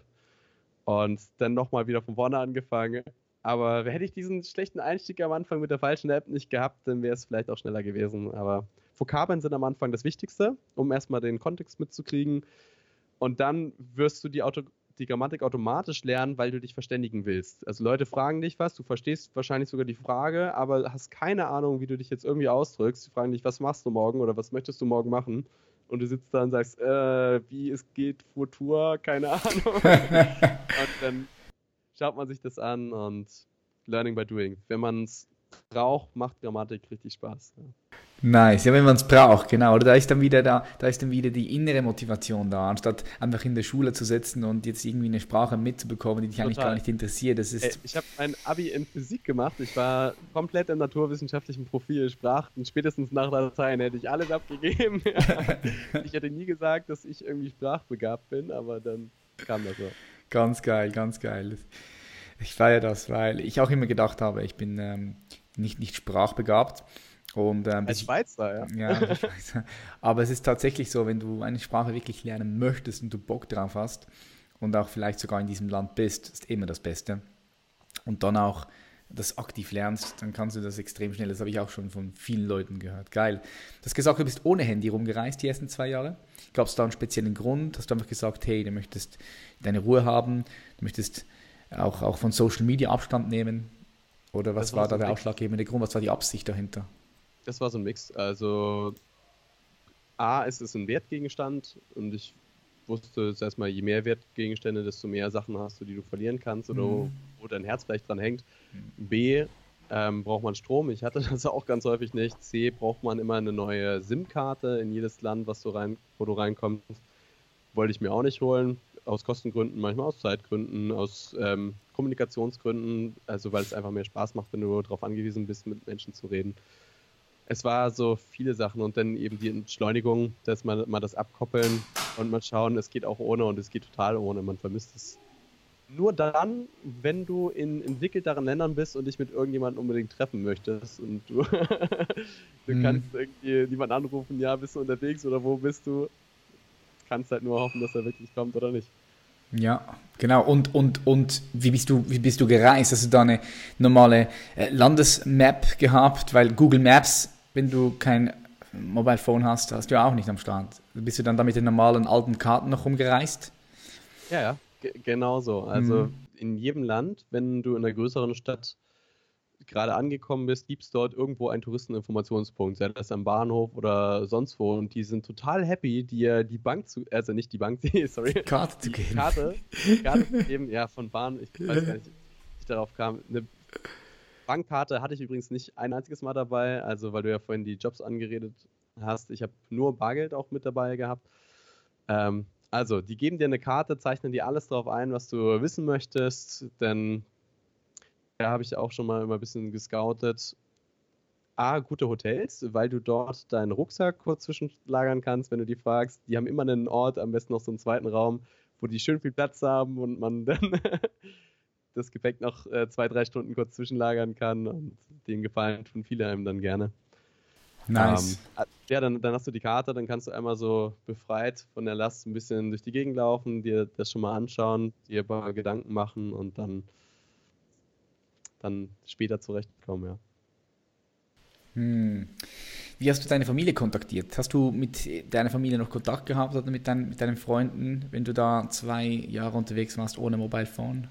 S2: Und dann nochmal wieder von vorne angefangen. Aber hätte ich diesen schlechten Einstieg am Anfang mit der falschen App nicht gehabt, dann wäre es vielleicht auch schneller gewesen. Aber Vokabeln sind am Anfang das Wichtigste, um erstmal den Kontext mitzukriegen. Und dann wirst du die, Auto die Grammatik automatisch lernen, weil du dich verständigen willst. Also Leute fragen dich was, du verstehst wahrscheinlich sogar die Frage, aber hast keine Ahnung, wie du dich jetzt irgendwie ausdrückst. Sie fragen dich, was machst du morgen oder was möchtest du morgen machen? Und du sitzt da und sagst, äh, wie es geht, Futur, keine Ahnung. Und dann schaut man sich das an und Learning by Doing. Wenn man es braucht, macht Grammatik richtig Spaß. Ja.
S1: Nice, ja, wenn man es braucht, genau. Oder da ist dann wieder da, da ist dann wieder die innere Motivation da, anstatt einfach in der Schule zu sitzen und jetzt irgendwie eine Sprache mitzubekommen, die dich eigentlich gar
S2: Total.
S1: nicht interessiert. Das
S2: Ey,
S1: ist,
S2: ich habe mein Abi in Physik gemacht. Ich war komplett im naturwissenschaftlichen Profil. Sprachen, spätestens nach Latein hätte ich alles abgegeben. Ich hätte nie gesagt, dass ich irgendwie sprachbegabt bin, aber dann kam das so.
S1: ganz geil, ganz geil. Ich feiere das, weil ich auch immer gedacht habe, ich bin ähm, nicht, nicht sprachbegabt. Und, ähm,
S2: Als Schweizer, ja.
S1: Ja, als Schweizer. Aber es ist tatsächlich so, wenn du eine Sprache wirklich lernen möchtest und du Bock drauf hast und auch vielleicht sogar in diesem Land bist, ist immer das Beste. Und dann auch das aktiv lernst, dann kannst du das extrem schnell. Das habe ich auch schon von vielen Leuten gehört. Geil. Du hast gesagt, du bist ohne Handy rumgereist die ersten zwei Jahre. Gab es da einen speziellen Grund? Hast du einfach gesagt, hey, du möchtest deine Ruhe haben, du möchtest auch, auch von Social Media Abstand nehmen? Oder was
S2: Das
S1: war
S2: war
S1: da
S2: so ein
S1: der
S2: Mix.
S1: ausschlaggebende Grund? Was war die Absicht dahinter?
S2: Das war so ein Mix. Also A, ist es ein Wertgegenstand und ich wusste es erstmal, je mehr Wertgegenstände, desto mehr Sachen hast du, die du verlieren kannst oder wo,
S1: Mhm.
S2: wo dein Herz vielleicht dran hängt. B, ähm, braucht man Strom. Ich hatte das auch ganz häufig nicht. C, braucht man immer eine neue SIM-Karte in jedes Land, was du rein, wo du reinkommst. Wollte ich mir auch nicht holen. Aus Kostengründen, manchmal aus Zeitgründen, aus ähm, Kommunikationsgründen. Also weil es einfach mehr Spaß macht, wenn du darauf angewiesen bist, mit Menschen zu reden. Es war so viele Sachen und dann eben die Entschleunigung, dass man mal das abkoppeln und mal schauen, es geht auch ohne und es geht total ohne. Man vermisst es nur dann, wenn du in entwickelteren Ländern bist und dich mit irgendjemandem unbedingt treffen möchtest und du, du
S1: Mhm.
S2: kannst irgendwie jemanden anrufen, ja, bist du unterwegs oder wo bist du? Kannst halt nur hoffen, dass er wirklich kommt oder nicht.
S1: Ja, genau. Und, und, und wie bist du, wie bist du gereist? Hast du da eine normale äh, Landesmap gehabt? Weil Google Maps, wenn du kein Mobile Phone hast, hast du ja auch nicht am Start. Bist du dann da mit den normalen alten Karten noch rumgereist?
S2: Ja, ja, ge- genau so. Also
S1: Mhm.
S2: in jedem Land, wenn du in einer größeren Stadt gerade angekommen bist, gibt es dort irgendwo einen Touristeninformationspunkt, sei das am Bahnhof oder sonst wo. Und die sind total happy, dir die Bank zu, also nicht die Bank, die, sorry,
S1: Die Karte zu
S2: die
S1: geben.
S2: Karte, die Karte zu geben, ja, von Bahn, ich weiß gar nicht, wie ich darauf kam. Eine Bankkarte hatte ich übrigens nicht ein einziges Mal dabei, also weil du ja vorhin die Jobs angeredet hast. Ich habe nur Bargeld auch mit dabei gehabt. Ähm, also, die geben dir eine Karte, zeichnen dir alles drauf ein, was du wissen möchtest, denn da habe ich auch schon mal immer ein bisschen gescoutet. A, gute Hotels, weil du dort deinen Rucksack kurz zwischenlagern kannst, wenn du die fragst. Die haben immer einen Ort, am besten noch so einen zweiten Raum, wo die schön viel Platz haben und man dann das Gepäck noch äh, zwei, drei Stunden kurz zwischenlagern kann. Und den Gefallen tun viele einem dann gerne. Ähm,
S1: Nice.
S2: ja, dann, dann hast du die Karte, dann kannst du einmal so befreit von der Last ein bisschen durch die Gegend laufen, dir das schon mal anschauen, dir ein paar Gedanken machen und dann, dann später zurechtkommen, ja.
S1: Hm. Wie hast du deine Familie kontaktiert? Hast du mit deiner Familie noch Kontakt gehabt oder mit, dein, mit deinen Freunden, wenn du da zwei Jahre unterwegs warst ohne Mobile Phone?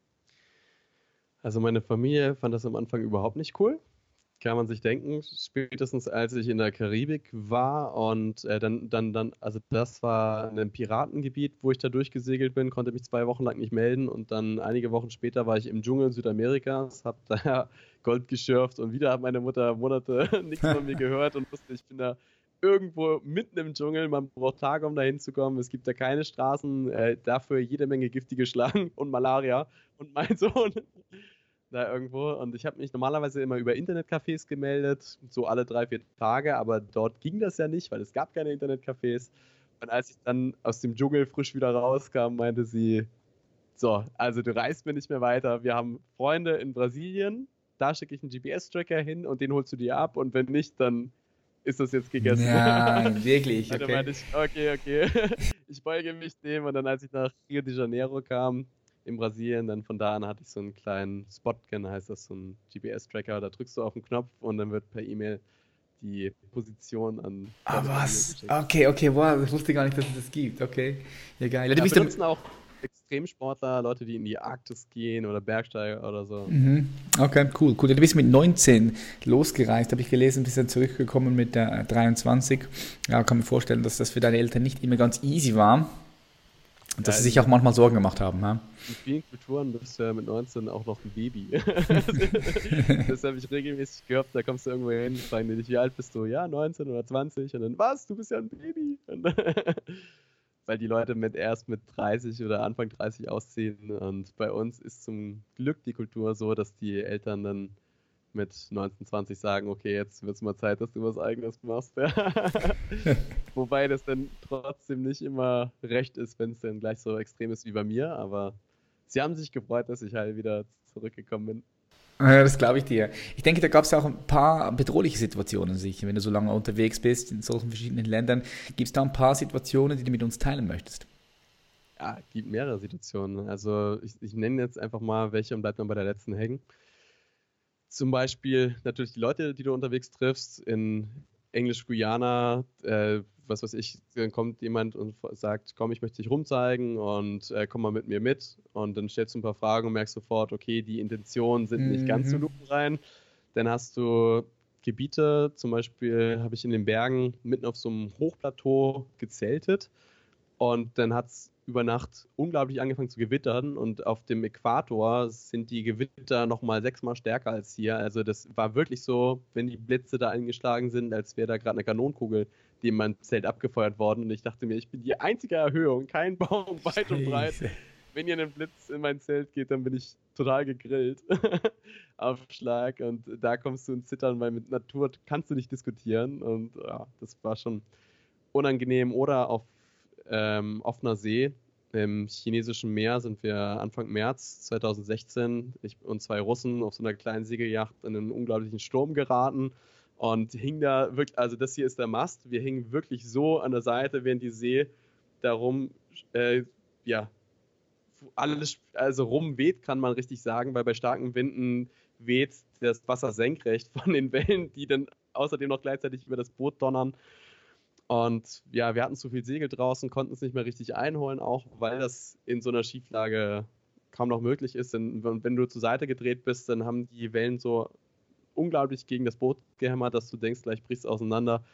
S2: Also meine Familie fand das am Anfang überhaupt nicht cool. Kann man sich denken, spätestens als ich in der Karibik war und äh, dann, dann, dann, also das war ein Piratengebiet, wo ich da durchgesegelt bin, konnte mich zwei Wochen lang nicht melden und dann einige Wochen später war ich im Dschungel Südamerikas, habe da Gold geschürft und wieder hat meine Mutter Monate nichts von mir gehört und wusste, ich bin da irgendwo mitten im Dschungel, man braucht Tage, um da hinzukommen, es gibt da keine Straßen, äh, dafür jede Menge giftige Schlangen und Malaria und mein Sohn da irgendwo. Und ich habe mich normalerweise immer über Internetcafés gemeldet, so alle drei, vier Tage, aber dort ging das ja nicht, weil es gab keine Internetcafés. Und als ich dann aus dem Dschungel frisch wieder rauskam, meinte sie, so, also du reist mir nicht mehr weiter. Wir haben Freunde in Brasilien, da schicke ich einen G P S-Tracker hin und den holst du dir ab und wenn nicht, dann ist das jetzt gegessen.
S1: Nein, wirklich,
S2: Und dann
S1: okay.
S2: meinte ich, okay, okay, ich beuge mich dem. Und dann, als ich nach Rio de Janeiro kam, in Brasilien, dann von da an hatte ich so einen kleinen Spotcan, heißt das, so ein G P S-Tracker. Da drückst du auf den Knopf und dann wird per E-Mail die Position an
S1: Ah,
S2: deine Familie
S1: was?
S2: geschickt.
S1: Okay, okay, wow, ich wusste gar nicht, dass es das gibt. Okay, ja geil. Ja, du
S2: Ja,
S1: bist dann,
S2: benutzen auch Extremsportler, Leute, die in die Arktis gehen oder Bergsteiger oder so.
S1: mhm. Okay, cool, cool. Ja, du bist mit neunzehn losgereist, habe ich gelesen, bist dann zurückgekommen mit der dreiundzwanzig. Ja, kann mir vorstellen, dass das für deine Eltern nicht immer ganz easy war und dass
S2: Ja,
S1: sie sich
S2: in,
S1: auch manchmal Sorgen gemacht haben. Ja?
S2: in vielen Kulturen bist du ja mit neunzehn auch noch ein Baby. Das habe ich regelmäßig gehört, da kommst du irgendwo hin, fragen die dich, wie alt bist du? Ja, neunzehn oder zwanzig. Und dann, was, du bist ja ein Baby. Und weil die Leute mit erst mit dreißig oder Anfang dreißig ausziehen. Und bei uns ist zum Glück die Kultur so, dass die Eltern dann mit neunzehn, zwanzig sagen, okay, jetzt wird es mal Zeit, dass du was Eigenes machst. Wobei das dann trotzdem nicht immer recht ist, wenn es dann gleich so extrem ist wie bei mir. Aber sie haben sich gefreut, dass ich halt wieder zurückgekommen bin.
S1: Ja, das glaube ich dir. Ich denke, da gab es auch ein paar bedrohliche Situationen sicher, wenn du so lange unterwegs bist in solchen verschiedenen Ländern. Gibt es da ein paar Situationen, die du mit uns teilen möchtest?
S2: Ja, gibt mehrere Situationen. Also ich, ich nenne jetzt einfach mal welche und bleib dann bei der letzten hängen. Zum Beispiel natürlich die Leute, die du unterwegs triffst, in Englisch-Guyana, äh, was weiß ich, dann kommt jemand und sagt, komm, ich möchte dich rumzeigen und äh, komm mal mit mir mit. Und dann stellst du ein paar Fragen und merkst sofort, okay, die Intentionen sind nicht ganz so
S1: Mhm.
S2: lupenrein. Dann hast du Gebiete, zum Beispiel habe ich in den Bergen mitten auf so einem Hochplateau gezeltet. Und dann hat es über Nacht unglaublich angefangen zu gewittern und auf dem Äquator sind die Gewitter nochmal sechsmal stärker als hier. Also das war wirklich so, wenn die Blitze da eingeschlagen sind, als wäre da gerade eine Kanonenkugel, die in mein Zelt abgefeuert worden. Und ich dachte mir, ich bin die einzige Erhöhung, kein Baum weit und breit.
S1: Scheiße.
S2: Wenn hier ein Blitz in mein Zelt geht, dann bin ich total gegrillt auf Schlag. Und da kommst du ins Zittern, weil mit Natur kannst du nicht diskutieren. Und ja, das war schon unangenehm. Oder auf ähm, offener See im chinesischen Meer sind wir Anfang März zweitausendsechzehn, ich und zwei Russen auf so einer kleinen Segelyacht in einen unglaublichen Sturm geraten und hing da wirklich, also das hier ist der Mast, wir hingen wirklich so an der Seite, während die See darum, äh, ja, alles, also rumweht, kann man richtig sagen, weil bei starken Winden weht das Wasser senkrecht von den Wellen, die dann außerdem noch gleichzeitig über das Boot donnern. Und ja, wir hatten zu viel Segel draußen, konnten es nicht mehr richtig einholen, auch weil das in so einer Schieflage kaum noch möglich ist. Denn wenn du zur Seite gedreht bist, dann haben die Wellen so unglaublich gegen das Boot gehämmert, dass du denkst, gleich bricht es auseinander.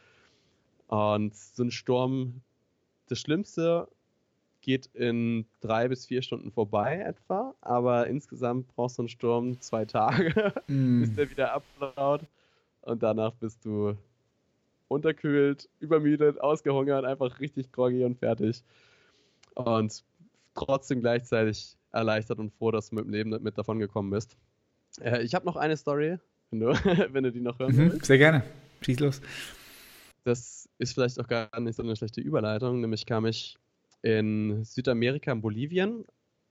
S2: Und so ein Sturm, das Schlimmste geht in drei bis vier Stunden vorbei etwa, aber insgesamt braucht so ein Sturm zwei Tage, bis
S1: Mm.
S2: der wieder abflaut. Und danach bist du unterkühlt, übermüdet, ausgehungert, einfach richtig groggy und fertig. Und trotzdem gleichzeitig erleichtert und froh, dass du mit dem Leben mit davon gekommen bist. Äh, ich habe noch eine Story, wenn du, wenn du die noch hören
S1: Mhm,
S2: willst.
S1: sehr gerne. Schieß los.
S2: Das ist vielleicht auch gar nicht so eine schlechte Überleitung. Nämlich kam ich in Südamerika, in Bolivien.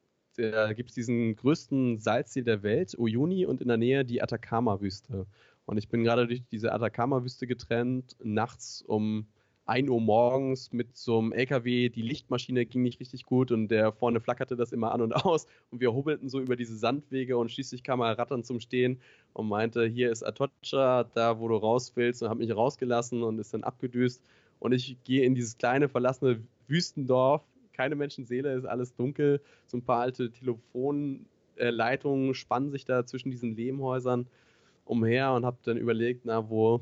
S2: Da gibt es diesen größten Salzsee der Welt, Uyuni, und in der Nähe die Atacama-Wüste. Und ich bin gerade durch diese Atacama-Wüste getrennt, nachts um ein Uhr morgens mit so einem L K W. Die Lichtmaschine ging nicht richtig gut und der vorne flackerte das immer an und aus. Und wir hubbelten so über diese Sandwege und schließlich kam er ratternd zum Stehen und meinte, hier ist Atocha, da wo du raus willst, und hat mich rausgelassen und ist dann abgedüst. Und ich gehe in dieses kleine, verlassene Wüstendorf. Keine Menschenseele, ist alles dunkel. So ein paar alte Telefonleitungen spannen sich da zwischen diesen Lehmhäusern umher und habe dann überlegt, na, wo,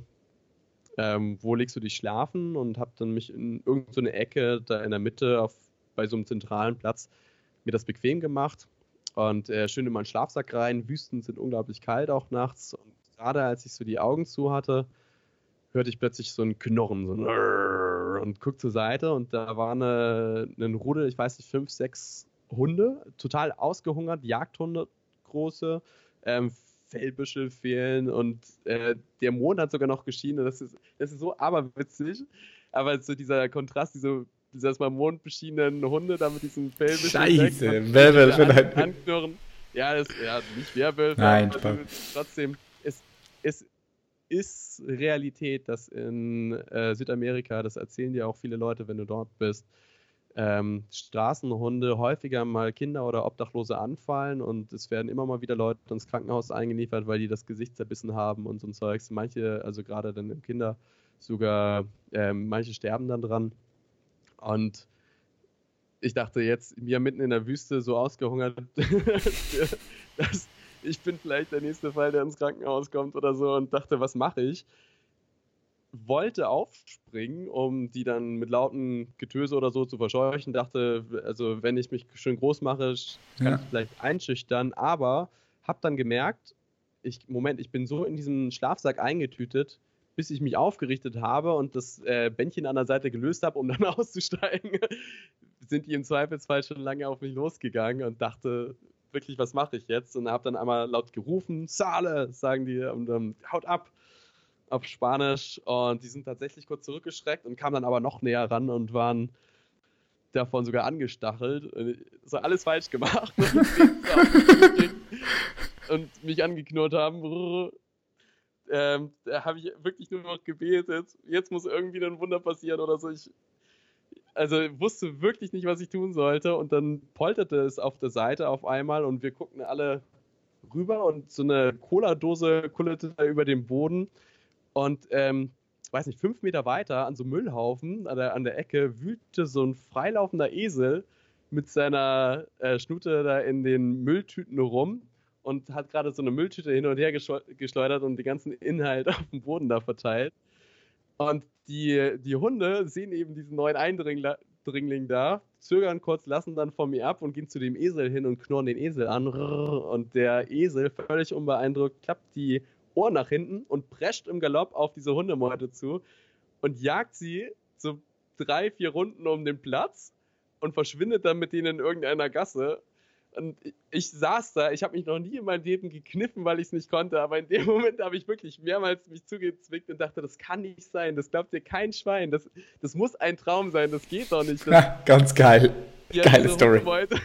S2: ähm, wo legst du dich schlafen? Und habe dann mich in irgendeine so Ecke da in der Mitte auf, bei so einem zentralen Platz mir das bequem gemacht und äh, schön in meinen Schlafsack rein. Wüsten sind unglaublich kalt auch nachts und gerade als ich so die Augen zu hatte, hörte ich plötzlich so ein Knurren, so ein Rrrr, und guck zur Seite und da war eine, ein Rudel, ich weiß nicht, fünf, sechs Hunde, total ausgehungert, Jagdhunde, große, ähm, Fellbüschel fehlen und äh, der Mond hat sogar noch geschienen. Das ist, das ist so aberwitzig, aber so dieser Kontrast, diese, diese erstmal mondbeschienenen Hunde da mit diesem Fellbüschel
S1: Scheiße, Werwölfe.
S2: an,
S1: Nein.
S2: anknurren. Ja, das, ja, nicht Werwölfe,
S1: Nein,
S2: aber
S1: Spaß.
S2: du, trotzdem, es, es ist Realität, dass in äh, Südamerika, das erzählen dir auch viele Leute, wenn du dort bist, ähm, Straßenhunde häufiger mal Kinder oder Obdachlose anfallen und es werden immer mal wieder Leute ins Krankenhaus eingeliefert, weil die das Gesicht zerbissen haben und so ein Zeugs. Manche, also gerade dann im Kinder, sogar ähm, manche sterben dann dran. Und ich dachte jetzt, mir mitten in der Wüste so ausgehungert, dass ich bin vielleicht der nächste Fall, der ins Krankenhaus kommt oder so und dachte, was mache ich? Wollte aufspringen, um die dann mit lautem Getöse oder so zu verscheuchen. Dachte, also wenn ich mich schön groß mache, kann
S1: Ja.
S2: ich vielleicht einschüchtern, aber habe dann gemerkt, ich, Moment, ich bin so in diesem Schlafsack eingetütet, bis ich mich aufgerichtet habe und das äh, Bändchen an der Seite gelöst habe, um dann auszusteigen, sind die im Zweifelsfall schon lange auf mich losgegangen und dachte, wirklich, was mache ich jetzt? Und habe dann einmal laut gerufen, Sale, sagen die, und ähm, haut ab, auf Spanisch. Und die sind tatsächlich kurz zurückgeschreckt und kamen dann aber noch näher ran und waren davon sogar angestachelt. Und so alles falsch gemacht. Und und mich angeknurrt haben, brrr, ähm, da habe ich wirklich nur noch gebetet, jetzt muss irgendwie ein Wunder passieren oder so. Ich also wusste wirklich nicht, was ich tun sollte und dann polterte es auf der Seite auf einmal und wir guckten alle rüber und so eine Cola-Dose kullerte da über den Boden und ähm, weiß nicht, fünf Meter weiter an so einem Müllhaufen an der, an der Ecke wühlte so ein freilaufender Esel mit seiner äh, Schnute da in den Mülltüten rum und hat gerade so eine Mülltüte hin und her geschleudert und den ganzen Inhalt auf dem Boden da verteilt. Und die, die Hunde sehen eben diesen neuen Eindringling da, zögern kurz, lassen dann von mir ab und gehen zu dem Esel hin und knurren den Esel an. Und der Esel, völlig unbeeindruckt, klappt die Ohren nach hinten und prescht im Galopp auf diese Hundemeute zu und jagt sie so drei, vier Runden um den Platz und verschwindet dann mit denen in irgendeiner Gasse. Und ich saß da, ich habe mich noch nie in meinem Leben gekniffen, weil ich es nicht konnte, aber in dem Moment habe ich wirklich mehrmals mich zugezwickt und dachte, das kann nicht sein, das glaubt dir kein Schwein, das, das muss ein Traum sein, das geht doch nicht. Das,
S1: ja, ganz geil, geile Story.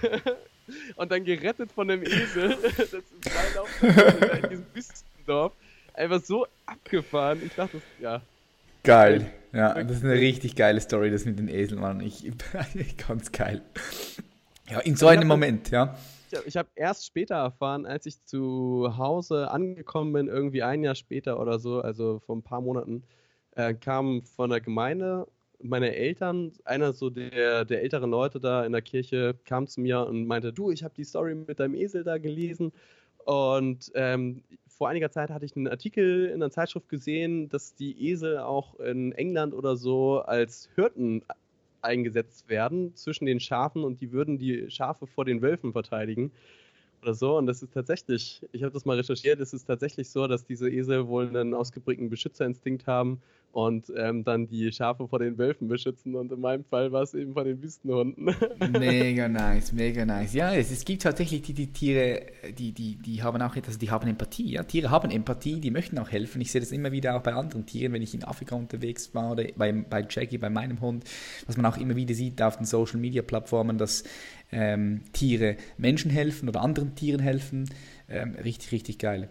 S2: Und dann gerettet von einem Esel, das ist Freilaufen in diesem Wüstendorf, einfach so abgefahren, ich dachte, das, ja.
S1: Geil, ja, das ist eine richtig geile Story, das mit den Eseln, Mann, ich, ganz geil. Ja, in so einem Moment, ja.
S2: Ich habe erst später erfahren, als ich zu Hause angekommen bin, irgendwie ein Jahr später oder so, also vor ein paar Monaten, äh, kam von der Gemeinde meine Eltern, einer so der, der älteren Leute da in der Kirche, kam zu mir und meinte, du, ich habe die Story mit deinem Esel da gelesen und ähm, vor einiger Zeit hatte ich einen Artikel in einer Zeitschrift gesehen, dass die Esel auch in England oder so als Hirten eingesetzt werden zwischen den Schafen und die würden die Schafe vor den Wölfen verteidigen oder so. Und das ist tatsächlich, ich habe das mal recherchiert, es ist tatsächlich so, dass diese Esel wohl einen ausgeprägten Beschützerinstinkt haben und ähm, dann die Schafe vor den Wölfen beschützen. Und in meinem Fall war es eben vor den Wüstenhunden.
S1: Mega nice, mega nice. Ja, es, es gibt tatsächlich die, die Tiere, die, die, die haben auch etwas, die haben Empathie. Ja? Tiere haben Empathie, die möchten auch helfen. Ich sehe das immer wieder auch bei anderen Tieren, wenn ich in Afrika unterwegs war oder bei, bei Jackie, bei meinem Hund, was man auch immer wieder sieht auf den Social-Media-Plattformen, dass ähm, Tiere Menschen helfen oder anderen Tieren helfen. Ähm, richtig, richtig geil.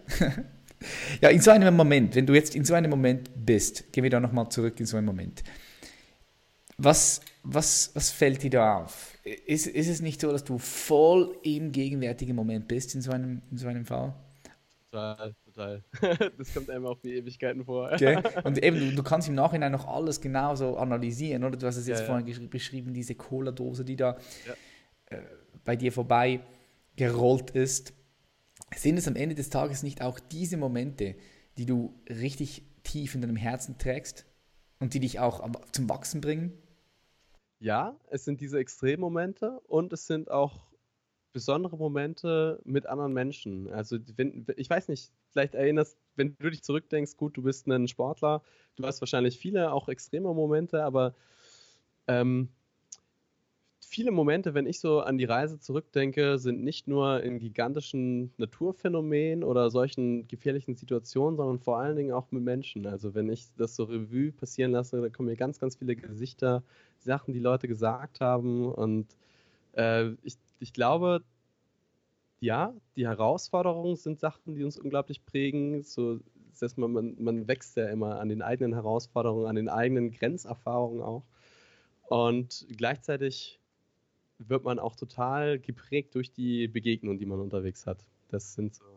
S1: Ja, in so einem Moment, wenn du jetzt in so einem Moment bist, gehen wir da nochmal zurück in so einen Moment. Was, was, was fällt dir da auf? Ist, ist es nicht so, dass du voll im gegenwärtigen Moment bist in so einem, in so einem Fall?
S2: Total, total. Das kommt einem auch wie Ewigkeiten vor.
S1: Okay. Und eben, du, du kannst im Nachhinein noch alles genauso analysieren, oder? Du hast es jetzt ja, vorhin ja. beschrieben, diese Cola-Dose, die da ja. äh, bei dir vorbei gerollt ist. Sind es am Ende des Tages nicht auch diese Momente, die du richtig tief in deinem Herzen trägst und die dich auch zum Wachsen bringen?
S2: Ja, es sind diese Extremmomente und es sind auch besondere Momente mit anderen Menschen. Also wenn, ich weiß nicht, vielleicht erinnerst, wenn du dich zurückdenkst, gut, du bist ein Sportler, du hast wahrscheinlich viele auch extreme Momente, aber ähm, viele Momente, wenn ich so an die Reise zurückdenke, sind nicht nur in gigantischen Naturphänomenen oder solchen gefährlichen Situationen, sondern vor allen Dingen auch mit Menschen. Also wenn ich das so Revue passieren lasse, da kommen mir ganz, ganz viele Gesichter, Sachen, die Leute gesagt haben. Und äh, ich, ich glaube, ja, die Herausforderungen sind Sachen, die uns unglaublich prägen. So, das heißt, man, man wächst ja immer an den eigenen Herausforderungen, an den eigenen Grenzerfahrungen auch. Und gleichzeitig wird man auch total geprägt durch die Begegnungen, die man unterwegs hat. Das sind so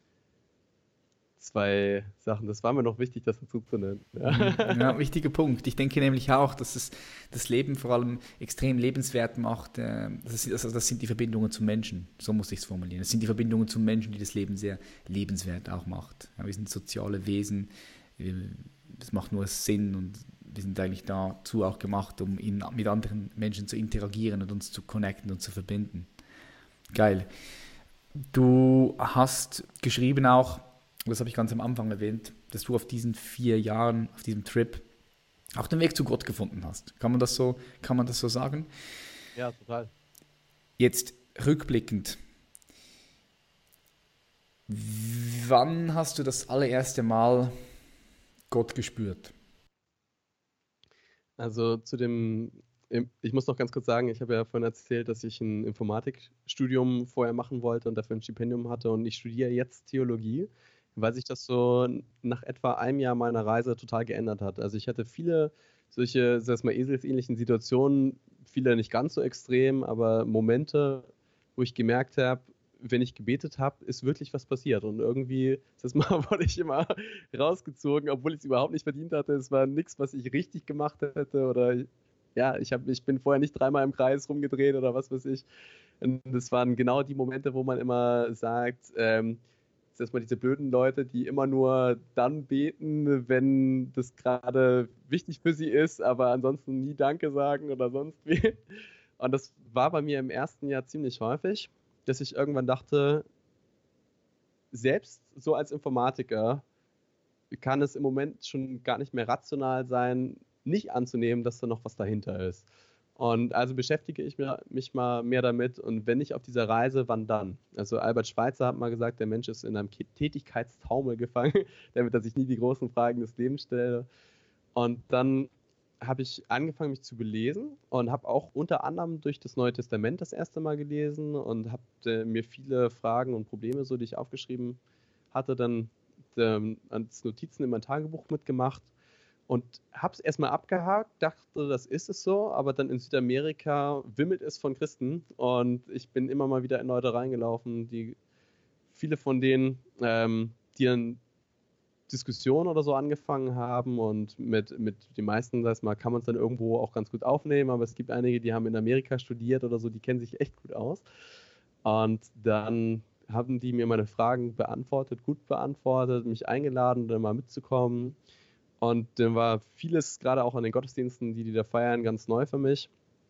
S2: zwei Sachen. Das war mir noch wichtig, das dazu zu nennen.
S1: Ja, ja, wichtiger Punkt. Ich denke nämlich auch, dass es das Leben vor allem extrem lebenswert macht. Das, ist, also das sind die Verbindungen zum Menschen. So muss ich es formulieren. Das sind die Verbindungen zum Menschen, die das Leben sehr lebenswert auch macht. Ja, wir sind soziale Wesen. Das macht nur Sinn und wir sind eigentlich dazu auch gemacht, um in, mit anderen Menschen zu interagieren und uns zu connecten und zu verbinden. Geil. Du hast geschrieben auch, das habe ich ganz am Anfang erwähnt, dass du auf diesen vier Jahren, auf diesem Trip, auch den Weg zu Gott gefunden hast. Kann man das so, kann man das so sagen?
S2: Ja, total.
S1: Jetzt rückblickend, wann hast du das allererste Mal Gott gespürt?
S2: Also zu dem Ich muss noch ganz kurz sagen, ich habe ja vorhin erzählt, dass ich ein Informatikstudium vorher machen wollte und dafür ein Stipendium hatte und ich studiere jetzt Theologie, weil sich das so nach etwa einem Jahr meiner Reise total geändert hat. Also ich hatte viele solche, sag ich mal, eselsähnlichen Situationen, viele nicht ganz so extrem, aber Momente, wo ich gemerkt habe, wenn ich gebetet habe, ist wirklich was passiert. Und irgendwie, das Mal wurde ich immer rausgezogen, obwohl ich es überhaupt nicht verdient hatte. Es war nichts, was ich richtig gemacht hätte oder ja, ich, hab, ich bin vorher nicht dreimal im Kreis rumgedreht oder was weiß ich. Und das waren genau die Momente, wo man immer sagt, ähm, dass man diese blöden Leute, die immer nur dann beten, wenn das gerade wichtig für sie ist, aber ansonsten nie Danke sagen oder sonst wie. Und das war bei mir im ersten Jahr ziemlich häufig, dass ich irgendwann dachte, selbst so als Informatiker kann es im Moment schon gar nicht mehr rational sein, nicht anzunehmen, dass da noch was dahinter ist. Und also beschäftige ich mich mal mehr damit und wenn nicht auf dieser Reise, wann dann? Also Albert Schweitzer hat mal gesagt, der Mensch ist in einem Tätigkeitstaumel gefangen, damit er sich nie die großen Fragen des Lebens stelle. Und dann habe ich angefangen, mich zu belesen und habe auch unter anderem durch das Neue Testament das erste Mal gelesen und habe äh, mir viele Fragen und Probleme, so die ich aufgeschrieben hatte, dann ähm, als Notizen in mein Tagebuch mitgemacht und habe es erstmal abgehakt, dachte, das ist es so, aber dann in Südamerika wimmelt es von Christen und ich bin immer mal wieder in Leute reingelaufen, die viele von denen, ähm, die dann Diskussionen oder so angefangen haben und mit, mit den meisten, sag ich mal, kann man es dann irgendwo auch ganz gut aufnehmen, aber es gibt einige, die haben in Amerika studiert oder so, die kennen sich echt gut aus. Und dann haben die mir meine Fragen beantwortet, gut beantwortet, mich eingeladen, dann mal mitzukommen. Und dann war vieles, gerade auch an den Gottesdiensten, die die da feiern, ganz neu für mich.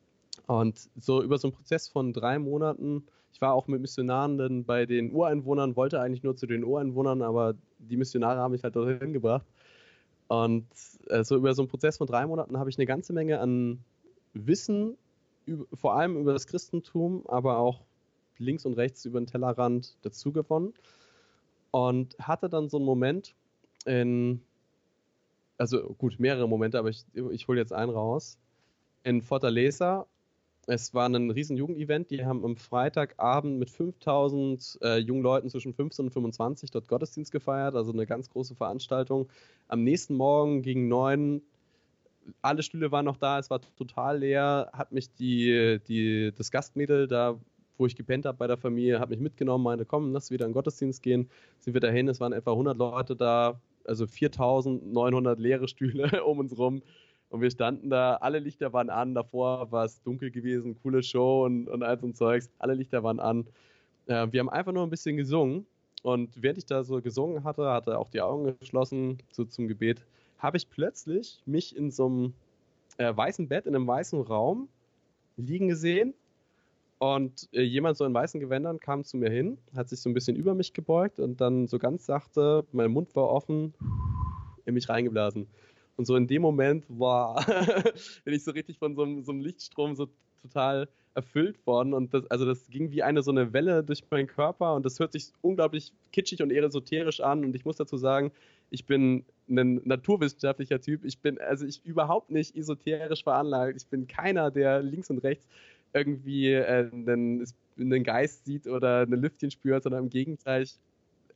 S2: Und so über so einen Prozess von drei Monaten, ich war auch mit Missionaren dann bei den Ureinwohnern, wollte eigentlich nur zu den Ureinwohnern, aber die Missionare haben mich halt dorthin gebracht. Und äh, so über so einen Prozess von drei Monaten habe ich eine ganze Menge an Wissen, über, vor allem über das Christentum, aber auch links und rechts über den Tellerrand dazu gewonnen. Und hatte dann so einen Moment in, also gut, mehrere Momente, aber ich, ich hole jetzt einen raus. In Fortaleza. Es war ein riesen Jugendevent, die haben am Freitagabend mit fünftausend äh, jungen Leuten zwischen fünfzehn und fünfundzwanzig dort Gottesdienst gefeiert, also eine ganz große Veranstaltung. Am nächsten Morgen gegen neun, alle Stühle waren noch da, es war total leer, hat mich die, die, das Gastmädel da, wo ich gepennt habe bei der Familie, hat mich mitgenommen, meinte, komm, lass wieder in den Gottesdienst gehen. Sind wir dahin, es waren etwa hundert Leute da, also viertausendneunhundert leere Stühle um uns rum. Und wir standen da, alle Lichter waren an, davor war es dunkel gewesen, coole Show und, und all so ein Zeugs, alle Lichter waren an. Äh, wir haben einfach nur ein bisschen gesungen und während ich da so gesungen hatte, hatte auch die Augen geschlossen, so zum Gebet, habe ich plötzlich mich in so einem äh, weißen Bett, in einem weißen Raum liegen gesehen und äh, jemand so in weißen Gewändern kam zu mir hin, hat sich so ein bisschen über mich gebeugt und dann so ganz sachte, mein Mund war offen, in mich reingeblasen. Und so in dem Moment war, bin ich so richtig von so einem, so einem Lichtstrom so total erfüllt worden. Und das, also das ging wie eine so eine Welle durch meinen Körper und das hört sich unglaublich kitschig und esoterisch an. Und ich muss dazu sagen, ich bin ein naturwissenschaftlicher Typ. Ich bin also ich überhaupt nicht esoterisch veranlagt. Ich bin keiner, der links und rechts irgendwie äh, einen, einen Geist sieht oder eine Lüftchen spürt, sondern im Gegenteil, ich,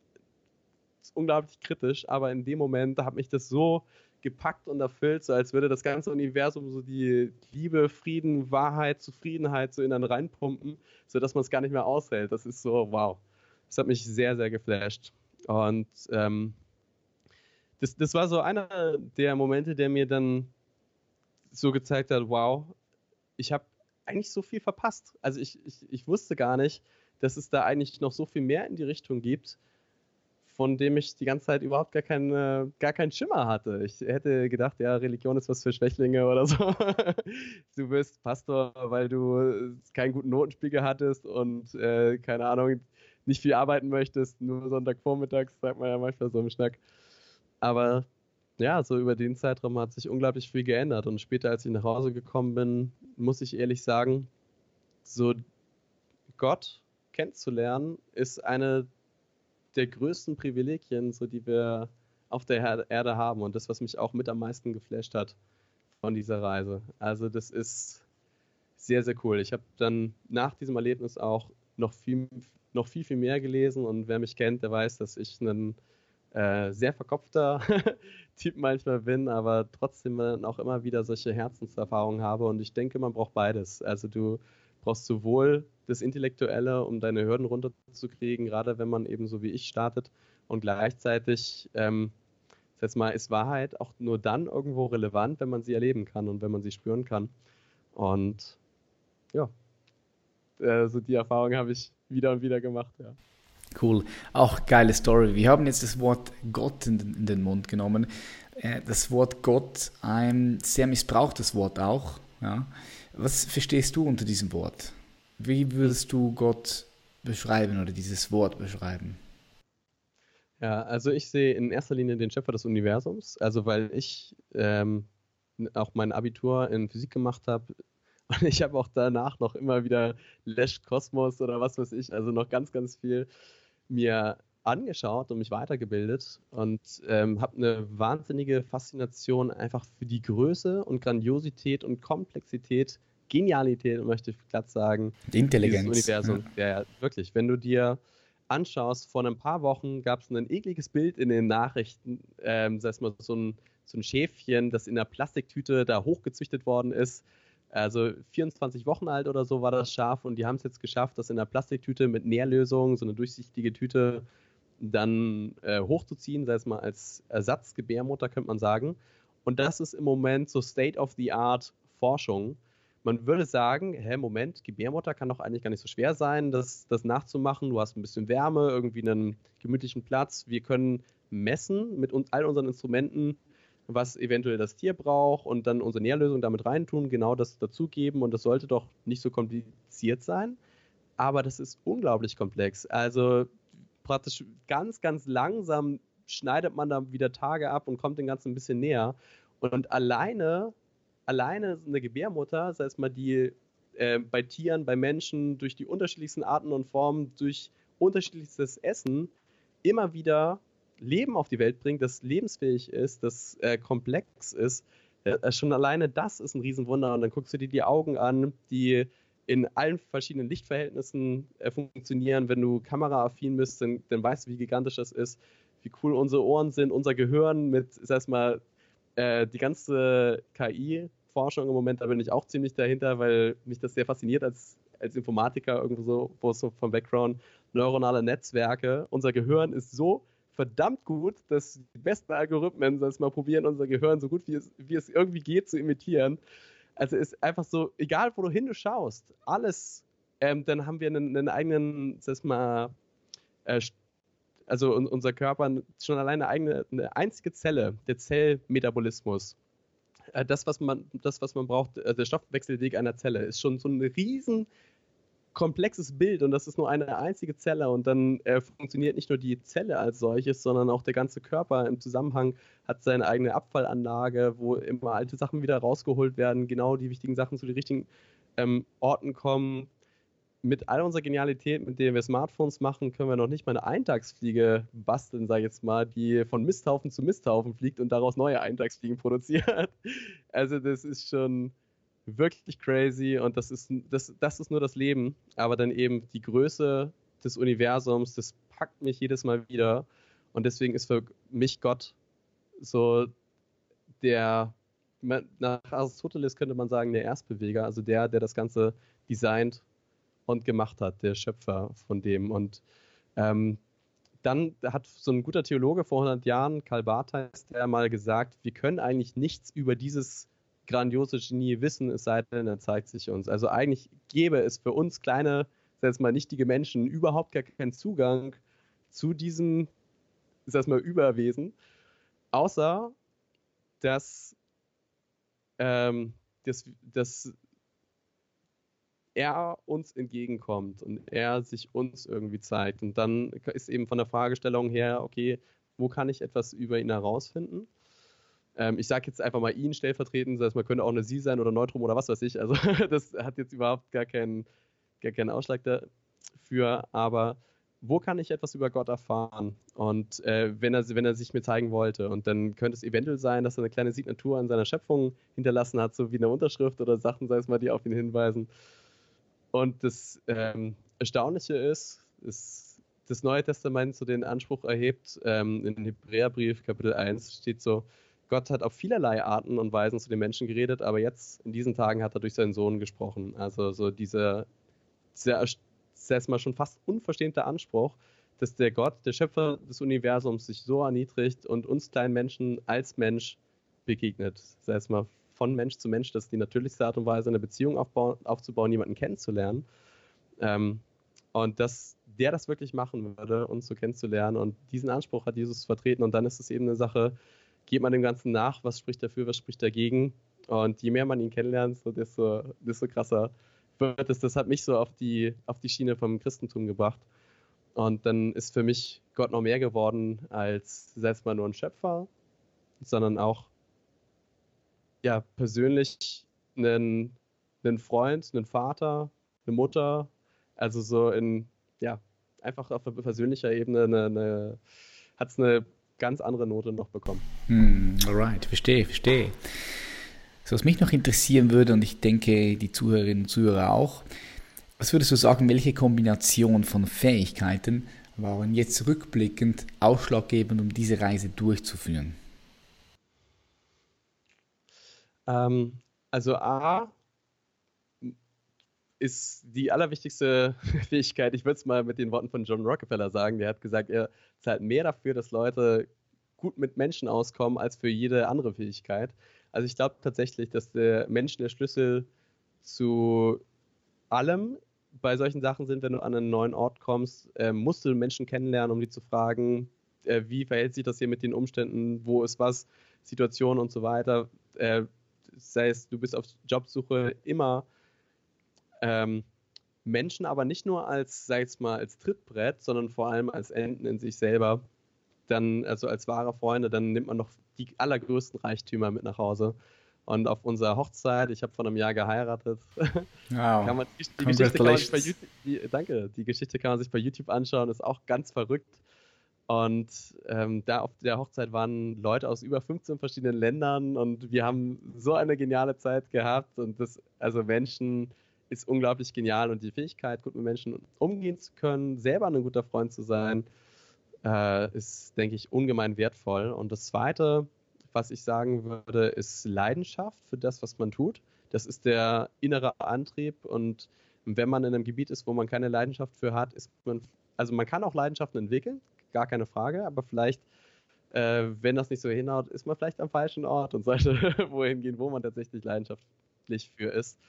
S2: ist unglaublich kritisch. Aber in dem Moment, da hat mich das so gepackt und erfüllt, so als würde das ganze Universum so die Liebe, Frieden, Wahrheit, Zufriedenheit so in einen reinpumpen, sodass man es gar nicht mehr aushält. Das ist so, wow. Das hat mich sehr, sehr geflasht. Und ähm, das, das war so einer der Momente, der mir dann so gezeigt hat, wow, ich habe eigentlich so viel verpasst. Also ich, ich, ich wusste gar nicht, dass es da eigentlich noch so viel mehr in die Richtung gibt, von dem ich die ganze Zeit überhaupt gar, keine, gar keinen Schimmer hatte. Ich hätte gedacht, ja, Religion ist was für Schwächlinge oder so. Du wirst Pastor, weil du keinen guten Notenspiegel hattest und, äh, keine Ahnung, nicht viel arbeiten möchtest, nur Sonntagvormittags, sagt man ja manchmal so im Schnack. Aber ja, so über den Zeitraum hat sich unglaublich viel geändert. Und später, als ich nach Hause gekommen bin, muss ich ehrlich sagen, so Gott kennenzulernen, ist eine der größten Privilegien, so die wir auf der Erde haben und das, was mich auch mit am meisten geflasht hat von dieser Reise. Also das ist sehr, sehr cool. Ich habe dann nach diesem Erlebnis auch noch viel, noch viel, viel mehr gelesen und wer mich kennt, der weiß, dass ich ein äh, sehr verkopfter Typ manchmal bin, aber trotzdem dann auch immer wieder solche Herzenserfahrungen habe und ich denke, man braucht beides. Also du brauchst sowohl das Intellektuelle, um deine Hürden runterzukriegen, gerade wenn man eben so wie ich startet und gleichzeitig ähm, das heißt mal, ist Wahrheit auch nur dann irgendwo relevant, wenn man sie erleben kann und wenn man sie spüren kann. Und ja, also die Erfahrung habe ich wieder und wieder gemacht, ja.
S1: Cool. Auch geile Story. Wir haben jetzt das Wort Gott in den, in den Mund genommen. Äh, das Wort Gott, ein sehr missbrauchtes Wort auch. Ja. Was verstehst du unter diesem Wort? Wie würdest du Gott beschreiben oder dieses Wort beschreiben?
S2: Ja, also ich sehe in erster Linie den Schöpfer des Universums, also weil ich ähm, auch mein Abitur in Physik gemacht habe und ich habe auch danach noch immer wieder Lesch Kosmos oder was weiß ich, also noch ganz, ganz viel mir angeschaut und mich weitergebildet und ähm, habe eine wahnsinnige Faszination einfach für die Größe und Grandiosität und Komplexität, Genialität, möchte ich glatt sagen,
S1: Die
S2: dieses
S1: Intelligenz.
S2: Universums. Ja, ja, wirklich. Wenn du dir anschaust, vor ein paar Wochen gab es ein ekliges Bild in den Nachrichten, ähm, sag ich mal, so ein, so ein Schäfchen, das in einer Plastiktüte da hochgezüchtet worden ist. Also vierundzwanzig Wochen alt oder so war das Schaf und die haben es jetzt geschafft, das in einer Plastiktüte mit Nährlösung, so eine durchsichtige Tüte, dann äh, hochzuziehen, sei es mal als Ersatzgebärmutter, könnte man sagen. Und das ist im Moment so State-of-the-Art Forschung. Man würde sagen, hä, Moment, Gebärmutter kann doch eigentlich gar nicht so schwer sein, das, das nachzumachen. Du hast ein bisschen Wärme, irgendwie einen gemütlichen Platz. Wir können messen mit uns, all unseren Instrumenten, was eventuell das Tier braucht und dann unsere Nährlösung damit reintun, genau das dazugeben. Und das sollte doch nicht so kompliziert sein. Aber das ist unglaublich komplex. Also praktisch ganz, ganz langsam schneidet man da wieder Tage ab und kommt dem Ganzen ein bisschen näher. Und alleine, alleine eine Gebärmutter, sei es mal die äh, bei Tieren, bei Menschen, durch die unterschiedlichsten Arten und Formen, durch unterschiedlichstes Essen, immer wieder Leben auf die Welt bringt, das lebensfähig ist, das äh, komplex ist. Äh, schon alleine das ist ein Riesenwunder. Und dann guckst du dir die Augen an, die in allen verschiedenen Lichtverhältnissen äh, funktionieren. Wenn du kameraaffin bist, dann, dann weißt du, wie gigantisch das ist, wie cool unsere Ohren sind, unser Gehirn mit, sag ich mal, äh, die ganze K I-Forschung im Moment, da bin ich auch ziemlich dahinter, weil mich das sehr fasziniert als, als Informatiker irgendwo so, wo es so vom Background, neuronale Netzwerke. Unser Gehirn ist so verdammt gut, dass die besten Algorithmen, sag ich mal, probieren, unser Gehirn so gut wie es, wie es irgendwie geht zu imitieren. Also ist einfach so, egal wo du hin du schaust, alles, ähm, dann haben wir einen, einen eigenen, sag mal, äh, also un, unser Körper schon alleine eine eigene, eine einzige Zelle, der Zellmetabolismus. Äh, das, was man, das, was man braucht, äh, der Stoffwechselweg einer Zelle, ist schon so ein riesen komplexes Bild und das ist nur eine einzige Zelle und dann äh, funktioniert nicht nur die Zelle als solches, sondern auch der ganze Körper im Zusammenhang hat seine eigene Abfallanlage, wo immer alte Sachen wieder rausgeholt werden, genau die wichtigen Sachen zu den richtigen ähm, Orten kommen. Mit all unserer Genialität, mit der wir Smartphones machen, können wir noch nicht mal eine Eintagsfliege basteln, sage ich jetzt mal, die von Misthaufen zu Misthaufen fliegt und daraus neue Eintagsfliegen produziert. Also das ist schon wirklich crazy und das ist, das, das ist nur das Leben, aber dann eben die Größe des Universums, das packt mich jedes Mal wieder und deswegen ist für mich Gott so der, nach Aristoteles könnte man sagen, der Erstbeweger, also der, der das Ganze designt und gemacht hat, der Schöpfer von dem und ähm, dann hat so ein guter Theologe vor hundert Jahren, Karl Barth heißt der, mal gesagt, wir können eigentlich nichts über dieses grandiose Genie wissen, es sei denn, er zeigt sich uns. Also eigentlich gäbe es für uns kleine, selbst mal nichtige Menschen überhaupt gar keinen Zugang zu diesem, sag mal, Überwesen, außer dass, ähm, dass, dass er uns entgegenkommt und er sich uns irgendwie zeigt. Und dann ist eben von der Fragestellung her, okay, wo kann ich etwas über ihn herausfinden? Ähm, ich sage jetzt einfach mal ihn stellvertretend, das heißt, man könnte auch eine Sie sein oder Neutrum oder was weiß ich. Also das hat jetzt überhaupt gar keinen, gar keinen Ausschlag dafür. Aber wo kann ich etwas über Gott erfahren? Und äh, wenn, er, wenn er sich mir zeigen wollte. Und dann könnte es eventuell sein, dass er eine kleine Signatur an seiner Schöpfung hinterlassen hat, so wie eine Unterschrift oder Sachen, sei es mal, die auf ihn hinweisen. Und das ähm, Erstaunliche ist, ist, das Neue Testament so den Anspruch erhebt, ähm, in Hebräerbrief Kapitel eins steht so, Gott hat auf vielerlei Arten und Weisen zu den Menschen geredet, aber jetzt in diesen Tagen hat er durch seinen Sohn gesprochen. Also so dieser, dieser erstmal schon fast unverschämte Anspruch, dass der Gott, der Schöpfer des Universums, sich so erniedrigt und uns kleinen Menschen als Mensch begegnet. Das heißt mal von Mensch zu Mensch, das ist die natürlichste Art und Weise, eine Beziehung aufbauen, aufzubauen, jemanden kennenzulernen. Ähm, und dass der das wirklich machen würde, uns so kennenzulernen. Und diesen Anspruch hat Jesus vertreten. Und dann ist es eben eine Sache, geht man dem Ganzen nach, was spricht dafür, was spricht dagegen. Und je mehr man ihn kennenlernt, so desto, desto krasser wird es. Das hat mich so auf die, auf die Schiene vom Christentum gebracht. Und dann ist für mich Gott noch mehr geworden als selbst mal nur ein Schöpfer, sondern auch ja, persönlich einen, einen Freund, einen Vater, eine Mutter. Also so in, ja, einfach auf persönlicher Ebene eine, eine, hat es eine ganz andere Note noch bekommen.
S1: Hm, alright, verstehe, verstehe. So, was mich noch interessieren würde, und ich denke, die Zuhörerinnen und Zuhörer auch, was würdest du sagen, welche Kombination von Fähigkeiten waren jetzt rückblickend ausschlaggebend, um diese Reise durchzuführen?
S2: Ähm, also A ist die allerwichtigste Fähigkeit, ich würde es mal mit den Worten von John Rockefeller sagen, der hat gesagt, er zahlt mehr dafür, dass Leute gut mit Menschen auskommen, als für jede andere Fähigkeit. Also ich glaube tatsächlich, dass der Mensch der Schlüssel zu allem bei solchen Sachen sind, wenn du an einen neuen Ort kommst, äh, musst du Menschen kennenlernen, um die zu fragen, äh, wie verhält sich das hier mit den Umständen, wo ist was, Situation und so weiter. Äh, sei es, du bist auf Jobsuche, immer ähm, Menschen, aber nicht nur als, sag ich mal, als Trittbrett, sondern vor allem als Enden in sich selber. Dann, also als wahre Freunde, dann nimmt man noch die allergrößten Reichtümer mit nach Hause. Und auf unserer Hochzeit, ich habe vor einem Jahr geheiratet,
S1: wow.
S2: kann man, die, die Geschichte kann man sich bei YouTube, die, danke, die Geschichte kann man sich bei YouTube anschauen, ist auch ganz verrückt. Und ähm, da auf der Hochzeit waren Leute aus über fünfzehn verschiedenen Ländern und wir haben so eine geniale Zeit gehabt. Und das, also Menschen ist unglaublich genial und die Fähigkeit, gut mit Menschen umgehen zu können, selber ein guter Freund zu sein, äh, ist, denke ich, ungemein wertvoll. Und das Zweite, was ich sagen würde, ist Leidenschaft für das, was man tut. Das ist der innere Antrieb und wenn man in einem Gebiet ist, wo man keine Leidenschaft für hat, ist man, also man kann auch Leidenschaften entwickeln, gar keine Frage, aber vielleicht, äh, wenn das nicht so hinhaut, ist man vielleicht am falschen Ort und sollte wohin gehen, wo man tatsächlich leidenschaftlich für ist.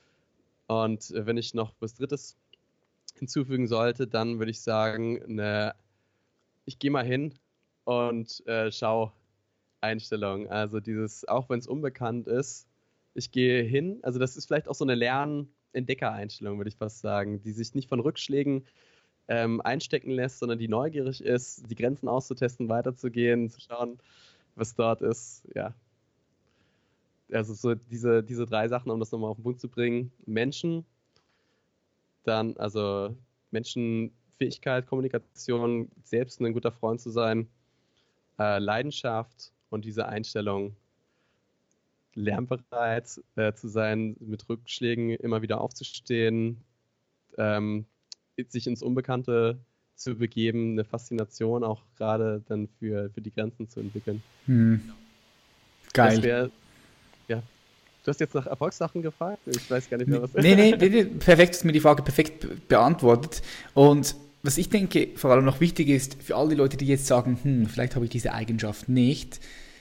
S2: Und wenn ich noch was Drittes hinzufügen sollte, dann würde ich sagen, eine, ich gehe mal hin und äh, schau Einstellung. Also dieses, auch wenn es unbekannt ist, ich gehe hin, also das ist vielleicht auch so eine Lern-Entdecker-Einstellung, würde ich fast sagen, die sich nicht von Rückschlägen ähm, einstecken lässt, sondern die neugierig ist, die Grenzen auszutesten, weiterzugehen, zu schauen, was dort ist, ja. Also so diese, diese drei Sachen, um das nochmal auf den Punkt zu bringen. Menschen, dann also Menschenfähigkeit, Kommunikation, selbst ein guter Freund zu sein, äh, Leidenschaft und diese Einstellung, lernbereit äh, zu sein, mit Rückschlägen immer wieder aufzustehen, ähm, sich ins Unbekannte zu begeben, eine Faszination auch gerade dann für, für die Grenzen zu entwickeln.
S1: Hm. Geil.
S2: Das wär, ja. Du hast jetzt nach Erfolgssachen gefragt? Ich weiß gar nicht mehr, was...
S1: Nee, nee, nee, perfekt, hast mir die Frage perfekt be- beantwortet. Und was ich denke, vor allem noch wichtig ist, für all die Leute, die jetzt sagen, hm, vielleicht habe ich diese Eigenschaft nicht,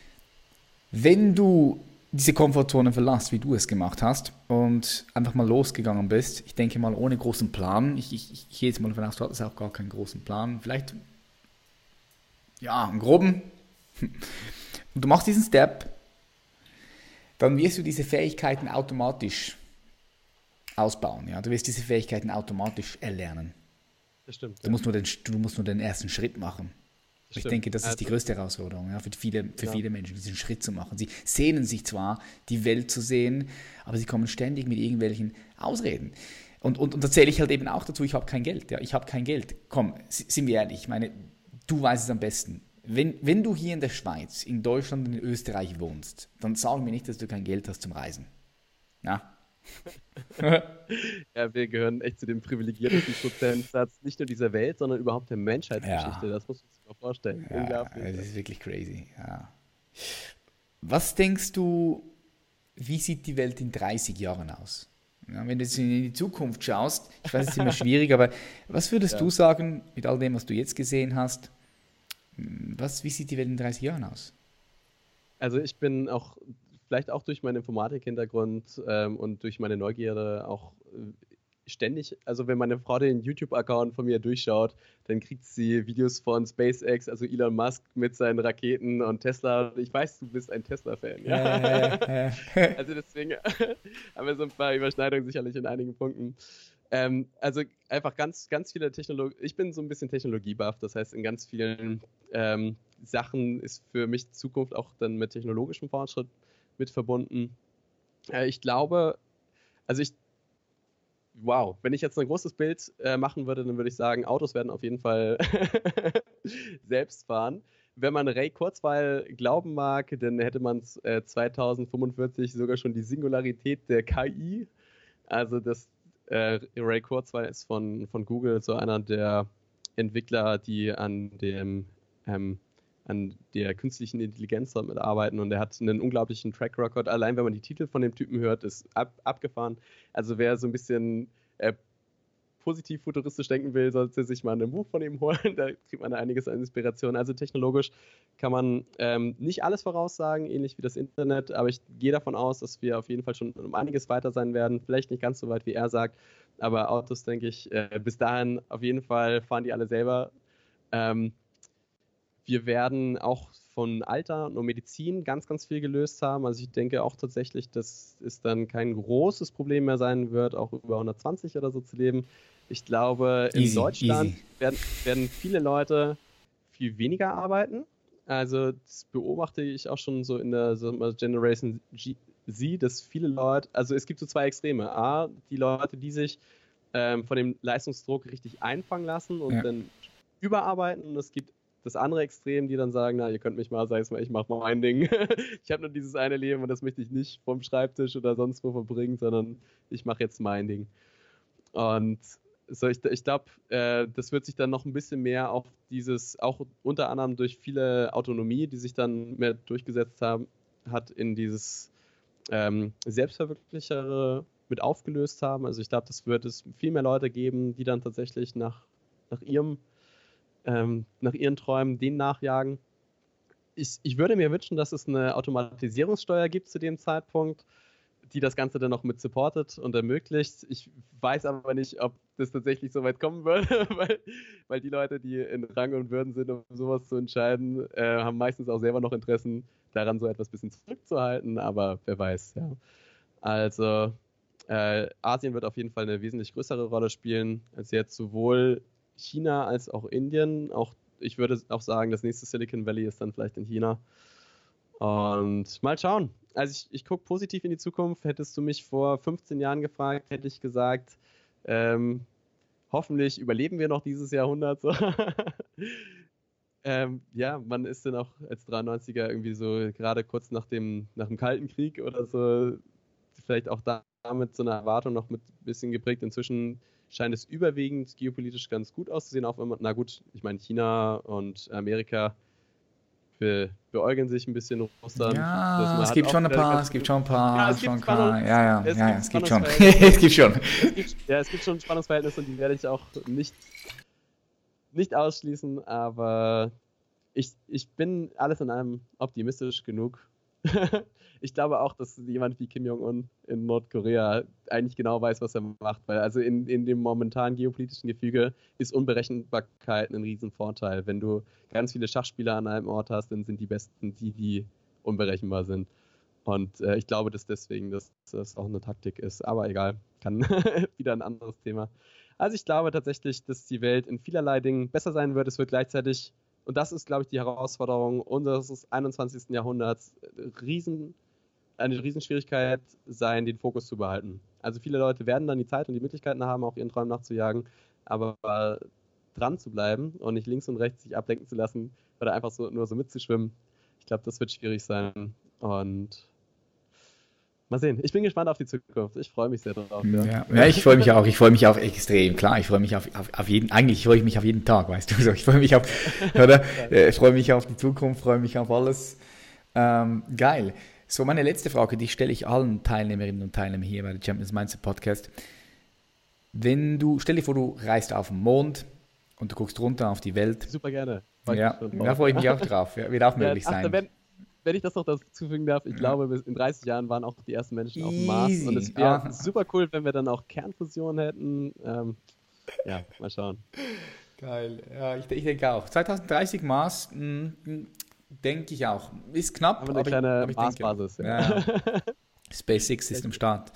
S1: wenn du diese Komfortzone verlässt, wie du es gemacht hast und einfach mal losgegangen bist, ich denke mal ohne großen Plan, ich, ich, ich gehe jetzt mal davon aus, du hattest auch gar keinen großen Plan, vielleicht, ja, einen groben, und du machst diesen Step, dann wirst du diese Fähigkeiten automatisch ausbauen, ja, du wirst diese Fähigkeiten automatisch erlernen.
S2: Das stimmt.
S1: Du musst nur den, du musst nur den ersten Schritt machen. Ich
S2: Stimmt.
S1: denke, das ist
S2: Also,
S1: die größte Herausforderung, ja, für, viele, für
S2: ja.
S1: viele Menschen, diesen Schritt zu machen. Sie sehnen sich zwar, die Welt zu sehen, aber sie kommen ständig mit irgendwelchen Ausreden. Und, und, und da zähle ich halt eben auch dazu, ich habe kein Geld. Ja, ich habe kein Geld. Komm, sind wir ehrlich, ich meine, du weißt es am besten. Wenn, wenn du hier in der Schweiz, in Deutschland und in Österreich wohnst, dann sag mir nicht, dass du kein Geld hast zum Reisen. Ja.
S2: Ja, wir gehören echt zu dem privilegiertesten Prozentsatz, nicht nur dieser Welt, sondern überhaupt der Menschheitsgeschichte.
S1: Ja.
S2: Das muss man sich mal vorstellen.
S1: Ja,
S2: Unglaublich.
S1: das ist wirklich crazy. Ja. Was denkst du, wie sieht die Welt in dreißig Jahren aus? Ja, wenn du jetzt in die Zukunft schaust, ich weiß, es ist immer schwierig, aber was würdest
S2: Ja.
S1: du sagen, mit all dem, was du jetzt gesehen hast, was, wie sieht die Welt in dreißig Jahren aus?
S2: Also ich bin auch, vielleicht auch durch meinen Informatik-Hintergrund ähm, und durch meine Neugierde auch äh, ständig, also wenn meine Frau den YouTube-Account von mir durchschaut, dann kriegt sie Videos von SpaceX, also Elon Musk mit seinen Raketen und Tesla. Und ich weiß, du bist ein Tesla-Fan, ja?
S1: Äh, äh,
S2: Also deswegen haben wir so ein paar Überschneidungen sicherlich in einigen Punkten. Ähm, also einfach ganz, ganz viele Technologien. Ich bin so ein bisschen Technologie-buff, das heißt, in ganz vielen ähm, Sachen ist für mich Zukunft auch dann mit technologischem Fortschritt mit verbunden. Äh, ich glaube, also ich, wow, wenn ich jetzt ein großes Bild äh, machen würde, dann würde ich sagen, Autos werden auf jeden Fall selbst fahren. Wenn man Ray Kurzweil glauben mag, dann hätte man äh, zweitausendfünfundvierzig sogar schon die Singularität der K I. Also das äh, Ray Kurzweil ist von, von Google so einer der Entwickler, die an dem ähm, an der künstlichen Intelligenz damit arbeiten, und er hat einen unglaublichen Track Record. Allein wenn man die Titel von dem Typen hört, ist ab, abgefahren. Also wer so ein bisschen äh, positiv futuristisch denken will, sollte sich mal ein Buch von ihm holen. Da kriegt man einiges an Inspiration. Also technologisch kann man ähm, nicht alles voraussagen, ähnlich wie das Internet, aber ich gehe davon aus, dass wir auf jeden Fall schon um einiges weiter sein werden. Vielleicht nicht ganz so weit, wie er sagt, aber Autos, denke ich, äh, bis dahin auf jeden Fall fahren die alle selber. Ähm, wir werden auch von Alter und Medizin ganz, ganz viel gelöst haben. Also ich denke auch tatsächlich, dass es dann kein großes Problem mehr sein wird, auch über hundertzwanzig oder so zu leben. Ich glaube, in
S1: Easy,
S2: Deutschland
S1: easy.
S2: werden, werden viele Leute viel weniger arbeiten. Also das beobachte ich auch schon so in der so Generation G- Z, dass viele Leute, also es gibt so zwei Extreme. A, die Leute, die sich ähm, von dem Leistungsdruck richtig einfangen lassen und
S1: Ja.
S2: dann überarbeiten, und es gibt das andere Extrem, die dann sagen, na, ihr könnt mich mal, sag ich mal, ich mach mal mein Ding. Ich habe nur dieses eine Leben und das möchte ich nicht vom Schreibtisch oder sonst wo verbringen, sondern ich mache jetzt mein Ding. Und so, ich, ich glaube, äh, das wird sich dann noch ein bisschen mehr auf dieses, auch unter anderem durch viele Autonomie, die sich dann mehr durchgesetzt haben, hat in dieses ähm, Selbstverwirklichere mit aufgelöst haben. Also ich glaube, das wird es viel mehr Leute geben, die dann tatsächlich nach, nach ihrem ähm, nach ihren Träumen denen nachjagen. Ich, ich würde mir wünschen, dass es eine Automatisierungssteuer gibt zu dem Zeitpunkt, die das Ganze dann noch mit supportet und ermöglicht. Ich weiß aber nicht, ob das tatsächlich so weit kommen würde, weil, weil die Leute, die in Rang und Würden sind, um sowas zu entscheiden, äh, haben meistens auch selber noch Interessen daran, so etwas ein bisschen zurückzuhalten, aber wer weiß. Ja. Also äh, Asien wird auf jeden Fall eine wesentlich größere Rolle spielen, als jetzt sowohl China als auch Indien. Auch ich würde auch sagen, das nächste Silicon Valley ist dann vielleicht in China. Und mal schauen. Also ich, ich gucke positiv in die Zukunft. Hättest du mich vor fünfzehn Jahren gefragt, hätte ich gesagt, ähm, hoffentlich überleben wir noch dieses Jahrhundert. So. ähm, ja, man ist dann auch als dreiundneunziger irgendwie so gerade kurz nach dem, nach dem Kalten Krieg oder so, vielleicht auch damit so eine Erwartung noch mit ein bisschen geprägt. Inzwischen scheint es überwiegend geopolitisch ganz gut auszusehen, auch wenn man, na gut, ich meine, China und Amerika be, beäugeln sich ein bisschen Russland.
S1: Ja, es gibt schon ein paar, es gibt schon ein paar,
S2: ja, es
S1: schon
S2: gibt
S1: ein paar,
S2: Spannungs-
S1: ja, ja,
S2: es
S1: ja,
S2: gibt
S1: es gibt schon,
S2: Spannungsverhältnisse.
S1: es gibt schon.
S2: Es gibt, ja, es gibt schon Spannungsverhältnisse und die werde ich auch nicht, nicht ausschließen, aber ich, ich bin alles in allem optimistisch genug. Ich glaube auch, dass jemand wie Kim Jong-un in Nordkorea eigentlich genau weiß, was er macht, weil also in, in dem momentanen geopolitischen Gefüge ist Unberechenbarkeit ein Riesenvorteil. Wenn du ganz viele Schachspieler an einem Ort hast, dann sind die Besten die, die unberechenbar sind. Und äh, ich glaube, dass deswegen das, das auch eine Taktik ist. Aber egal, kann wieder ein anderes Thema. Also ich glaube tatsächlich, dass die Welt in vielerlei Dingen besser sein wird. Es wird gleichzeitig, und das ist, glaube ich, die Herausforderung unseres einundzwanzigsten Jahrhunderts, riesen eine Riesenschwierigkeit sein, den Fokus zu behalten. Also viele Leute werden dann die Zeit und die Möglichkeiten haben, auch ihren Träumen nachzujagen, aber dran zu bleiben und nicht links und rechts sich ablenken zu lassen oder einfach so nur so mitzuschwimmen, ich glaube, das wird schwierig sein. Und mal sehen. Ich bin gespannt auf die Zukunft. Ich freue mich sehr drauf. Ja,
S1: ja, ja ich freue mich auch. Ich freue mich auch extrem. Klar, ich freue mich auf, auf, auf jeden, eigentlich freue ich mich auf jeden Tag, weißt du. So, ich freue mich auf, oder? Ich freue mich auf die Zukunft, freue mich auf alles. Ähm, geil. So, meine letzte Frage, die stelle ich allen Teilnehmerinnen und Teilnehmern hier bei der Champions Mindset Podcast. Wenn du, stell dir vor, du reist auf den Mond und du guckst runter auf die Welt.
S2: Super gerne.
S1: Ja, da freue ich mich auch drauf. Ja, wird auch möglich
S2: ja, ach,
S1: sein.
S2: Wenn, wenn ich das noch dazu fügen darf, ich ja. glaube, bis in dreißig Jahren waren auch die ersten Menschen auf dem Mars. Und es wäre ah. super cool, wenn wir dann auch Kernfusion hätten. Ähm, ja, mal schauen.
S1: Geil. Ja, ich, ich denke auch. zwanzig dreißig Mars, denke ich auch. Ist knapp,
S2: aber eine aber kleine ich, aber Mars-Basis.
S1: Ja. Ja. SpaceX ist am Start.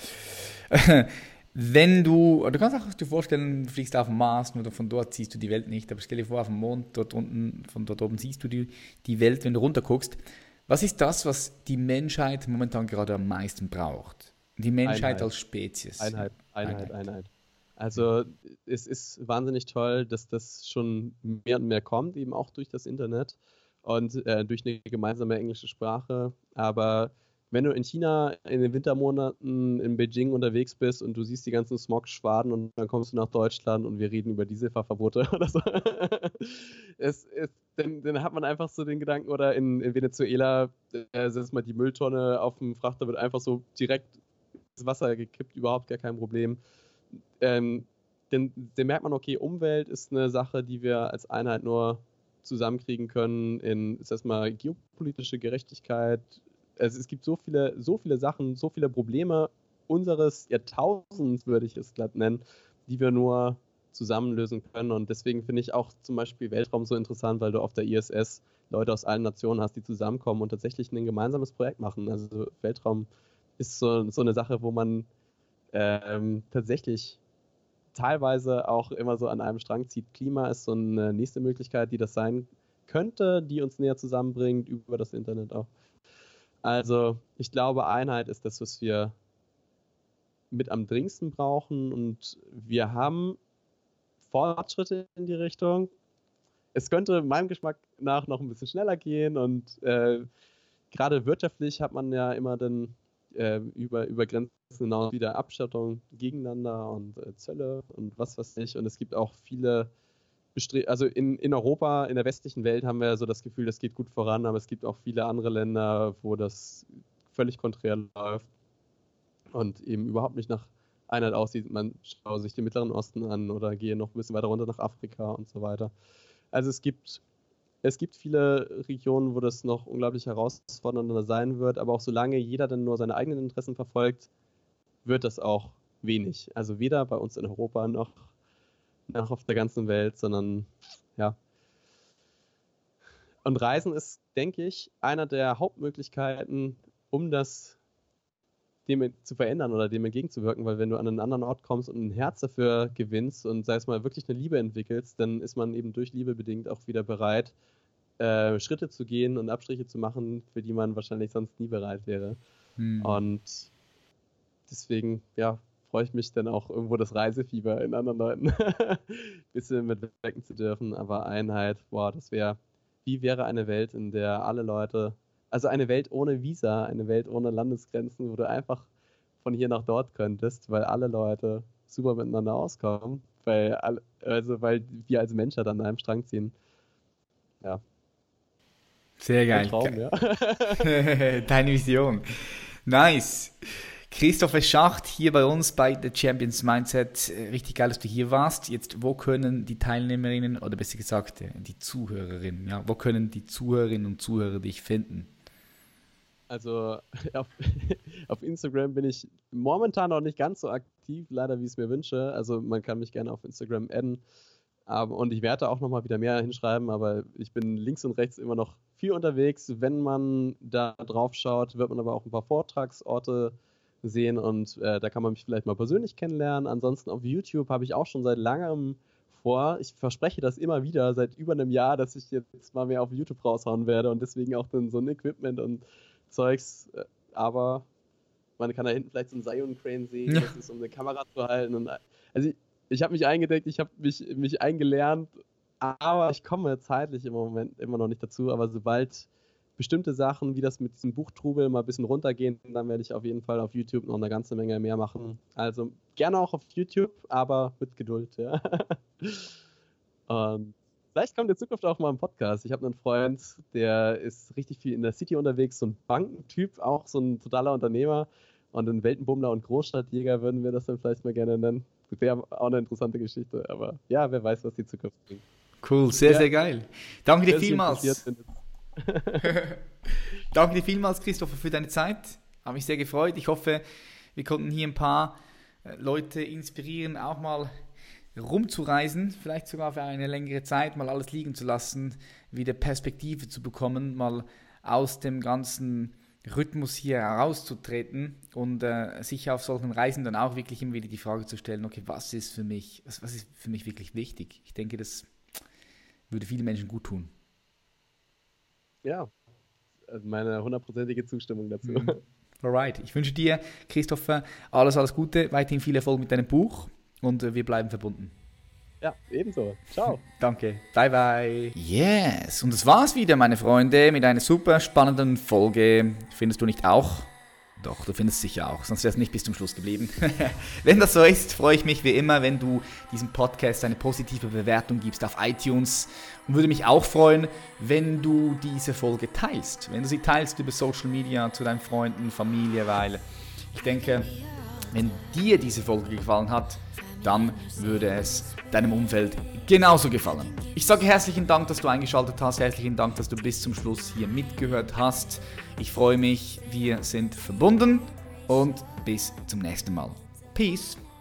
S1: Wenn du, du kannst auch dir vorstellen, du fliegst auf den Mars, nur von dort siehst du die Welt nicht, aber stell dir vor, auf dem Mond, dort unten, von dort oben siehst du die, die Welt, wenn du runterguckst. Was ist das, was die Menschheit momentan gerade am meisten braucht? Die Menschheit
S2: Einheit.
S1: als Spezies.
S2: Einheit, Einheit, Einheit. Einheit. Also es ist wahnsinnig toll, dass das schon mehr und mehr kommt, eben auch durch das Internet und äh, durch eine gemeinsame englische Sprache, aber wenn du in China in den Wintermonaten in Beijing unterwegs bist und du siehst die ganzen Smog-Schwaden und dann kommst du nach Deutschland und wir reden über Dieselfahrverbote oder so, es, es, dann, dann hat man einfach so den Gedanken, oder in, in Venezuela äh, setzt man die Mülltonne auf dem Frachter, wird einfach so direkt ins Wasser gekippt, überhaupt gar kein Problem. Ähm, dann, dann merkt man, okay, Umwelt ist eine Sache, die wir als Einheit nur zusammenkriegen können in, ist erstmal geopolitische Gerechtigkeit. Also es gibt so viele, so viele Sachen, so viele Probleme unseres Jahrtausends, würde ich es glatt nennen, die wir nur zusammen lösen können. Und deswegen finde ich auch zum Beispiel Weltraum so interessant, weil du auf der I S S Leute aus allen Nationen hast, die zusammenkommen und tatsächlich ein gemeinsames Projekt machen. Also Weltraum ist so, so eine Sache, wo man ähm, tatsächlich teilweise auch immer so an einem Strang zieht. Klima ist so eine nächste Möglichkeit, die das sein könnte, die uns näher zusammenbringt, über das Internet auch. Also ich glaube, Einheit ist das, was wir mit am dringendsten brauchen, und wir haben Fortschritte in die Richtung. Es könnte meinem Geschmack nach noch ein bisschen schneller gehen, und äh, gerade wirtschaftlich hat man ja immer dann äh, über, über Grenzen hinaus wieder Abschottung gegeneinander und äh, Zölle und was weiß ich, und es gibt auch viele Bestre- also in, in Europa, in der westlichen Welt haben wir so das Gefühl, das geht gut voran, aber es gibt auch viele andere Länder, wo das völlig konträr läuft und eben überhaupt nicht nach Einheit aussieht. Man schaut sich den Mittleren Osten an oder gehe noch ein bisschen weiter runter nach Afrika und so weiter. Also es gibt, es gibt viele Regionen, wo das noch unglaublich herausfordernder sein wird, aber auch solange jeder dann nur seine eigenen Interessen verfolgt, wird das auch wenig. Also weder bei uns in Europa noch nach auf der ganzen Welt, sondern ja. Und Reisen ist, denke ich, einer der Hauptmöglichkeiten, um das dem zu verändern oder dem entgegenzuwirken, weil wenn du an einen anderen Ort kommst und ein Herz dafür gewinnst und sei es mal wirklich eine Liebe entwickelst, dann ist man eben durch Liebe bedingt auch wieder bereit, äh, Schritte zu gehen und Abstriche zu machen, für die man wahrscheinlich sonst nie bereit wäre. Hm. Und deswegen, ja, freue ich mich dann auch irgendwo das Reisefieber in anderen Leuten ein bisschen mitwecken zu dürfen. Aber Einheit, boah, das wäre, wie wäre eine Welt, in der alle Leute, also eine Welt ohne Visa, eine Welt ohne Landesgrenzen, wo du einfach von hier nach dort könntest, weil alle Leute super miteinander auskommen, weil, alle, also weil wir als Menschen dann an einem Strang ziehen. Ja.
S1: Sehr geil.
S2: Traum, ja.
S1: Deine Vision. Nice. Christopher Schacht hier bei uns bei The Champions Mindset. Richtig geil, dass du hier warst. Jetzt, wo können die Teilnehmerinnen oder besser gesagt die Zuhörerinnen, ja, wo können die Zuhörerinnen und Zuhörer dich finden?
S2: Also auf, auf Instagram bin ich momentan noch nicht ganz so aktiv, leider wie ich es mir wünsche. Also man kann mich gerne auf Instagram adden. Aber, und ich werde auch nochmal wieder mehr hinschreiben, aber ich bin links und rechts immer noch viel unterwegs. Wenn man da drauf schaut, wird man aber auch ein paar Vortragsorte sehen, und äh, da kann man mich vielleicht mal persönlich kennenlernen. Ansonsten auf YouTube habe ich auch schon seit langem vor, ich verspreche das immer wieder, seit über einem Jahr, dass ich jetzt mal mehr auf YouTube raushauen werde und deswegen auch dann so ein Equipment und Zeugs, aber Man kann da hinten vielleicht so einen Zion Crane sehen,
S1: Ja.
S2: das ist, um eine Kamera zu halten. Und, also ich, ich habe mich eingedeckt, ich habe mich, mich eingelernt, aber ich komme zeitlich im Moment immer noch nicht dazu. Aber sobald bestimmte Sachen, wie das mit diesem Buchtrubel mal ein bisschen runtergehen, dann werde ich auf jeden Fall auf YouTube noch eine ganze Menge mehr machen. Also gerne auch auf YouTube, aber mit Geduld, ja. Und vielleicht kommt in Zukunft auch mal ein Podcast. Ich habe einen Freund, der ist richtig viel in der City unterwegs, so ein Bankentyp, auch so ein totaler Unternehmer. Und ein Weltenbummler und Großstadtjäger würden wir das dann vielleicht mal gerne nennen. Das wäre auch eine interessante Geschichte, aber ja, wer weiß, was die Zukunft bringt.
S1: Cool, sehr,
S2: Ja.
S1: sehr geil. Danke dir
S2: Wer sich
S1: vielmals.
S2: interessiert, findet-
S1: Danke dir vielmals, Christopher, für deine Zeit. Habe mich sehr gefreut. Ich hoffe, wir konnten hier ein paar äh, Leute inspirieren, auch mal rumzureisen, vielleicht sogar für eine längere Zeit, mal alles liegen zu lassen, wieder Perspektive zu bekommen, mal aus dem ganzen Rhythmus hier herauszutreten und äh, sich auf solchen Reisen dann auch wirklich immer wieder die Frage zu stellen, okay, was ist für mich, was, was ist für mich wirklich wichtig? Ich denke, das würde vielen Menschen gut tun.
S2: Ja, also meine hundertprozentige Zustimmung dazu.
S1: Mhm. Alright, ich wünsche dir, Christopher, alles, alles Gute, weiterhin viel Erfolg mit deinem Buch und äh, wir bleiben verbunden.
S2: Ja, ebenso. Ciao.
S1: Danke, bye bye. Yes, und das war's wieder, meine Freunde, mit einer super spannenden Folge. Findest du nicht auch? Doch, du findest es sicher auch, sonst wärst du nicht bis zum Schluss geblieben. Wenn das so ist, freue ich mich wie immer, wenn du diesem Podcast eine positive Bewertung gibst auf iTunes und würde mich auch freuen, wenn du diese Folge teilst, wenn du sie teilst über Social Media zu deinen Freunden, Familie, weil ich denke, wenn dir diese Folge gefallen hat, dann würde es deinem Umfeld genauso gefallen. Ich sage herzlichen Dank, dass du eingeschaltet hast, herzlichen Dank, dass du bis zum Schluss hier mitgehört hast. Ich freue mich, wir sind verbunden und bis zum nächsten Mal. Peace!